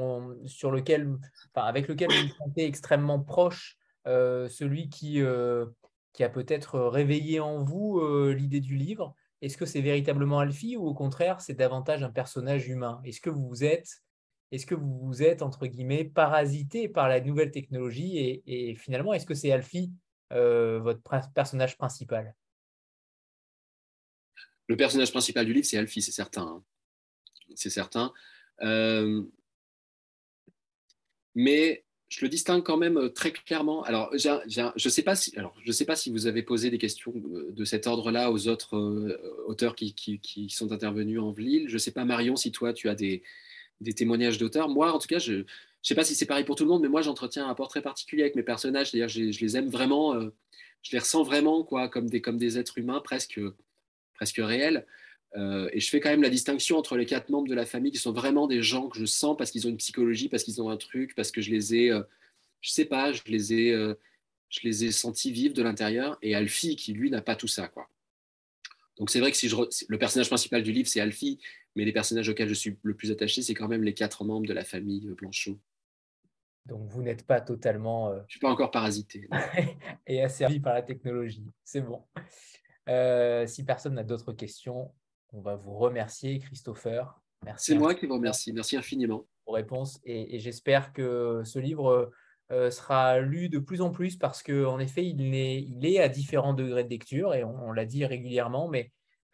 avec lequel vous vous sentez extrêmement proche, celui qui a peut-être réveillé en vous l'idée du livre, est-ce que c'est véritablement Alfie ou au contraire c'est davantage un personnage humain? Est-ce que vous vous êtes entre guillemets parasité par la nouvelle technologie et finalement est-ce que c'est Alfie votre personnage principal? Le personnage principal du livre, c'est Alfie, c'est certain. Hein. C'est certain. Mais je le distingue quand même très clairement. Alors, je ne sais pas si vous avez posé des questions de cet ordre-là aux autres auteurs qui sont intervenus en Vlil. Je ne sais pas, Marion, si toi, tu as des témoignages d'auteurs. Moi, en tout cas, je ne sais pas si c'est pareil pour tout le monde, mais moi, j'entretiens un rapport très particulier avec mes personnages. C'est-à-dire, je les aime vraiment, je les ressens vraiment quoi, comme des êtres humains presque réels. Et je fais quand même la distinction entre les 4 membres de la famille qui sont vraiment des gens que je sens parce qu'ils ont une psychologie, parce qu'ils ont un truc, parce que je les ai, je sais pas, je les ai sentis vivre de l'intérieur. Et Alfie, qui lui n'a pas tout ça, quoi. Donc c'est vrai que le personnage principal du livre, c'est Alfie, mais les personnages auxquels je suis le plus attaché, c'est quand même les 4 membres de la famille Blanchot. Donc vous n'êtes pas totalement je ne suis pas encore parasité et asservi par la technologie. C'est bon. Si personne n'a d'autres questions, on va vous remercier, Christopher. Merci. C'est moi qui vous remercie. Merci infiniment. Pour réponse. Et j'espère que ce livre sera lu de plus en plus parce qu'en effet, il est à différents degrés de lecture et on l'a dit régulièrement, mais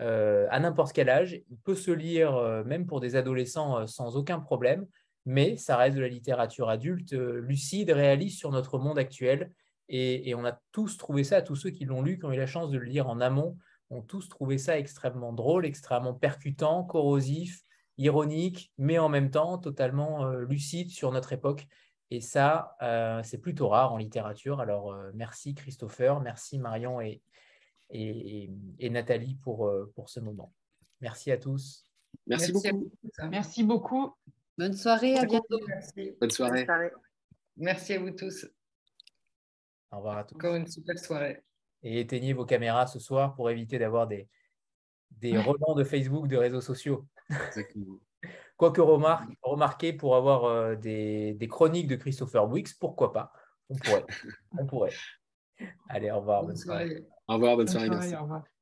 à n'importe quel âge. Il peut se lire même pour des adolescents sans aucun problème, mais ça reste de la littérature adulte lucide, réaliste sur notre monde actuel. Et on a tous trouvé ça, tous ceux qui l'ont lu, qui ont eu la chance de le lire en amont, ont tous trouvé ça extrêmement drôle, extrêmement percutant, corrosif, ironique, mais en même temps totalement lucide sur notre époque. Et ça, c'est plutôt rare en littérature. Alors, merci Christopher, merci Marion et Nathalie pour ce moment. Merci à tous. Merci beaucoup. Merci beaucoup. Bonne soirée, à bientôt. Bonne soirée. Merci à vous tous. Au revoir à tous. Encore une super soirée. Et éteignez vos caméras ce soir pour éviter d'avoir des relents de Facebook, de réseaux sociaux. Exactement. Quoique remarquez, pour avoir des chroniques de Christopher Wicks, pourquoi pas? On pourrait. Allez, au revoir. Bonne soirée. Au revoir, bonne soirée. Bonne Merci. soirée, au revoir.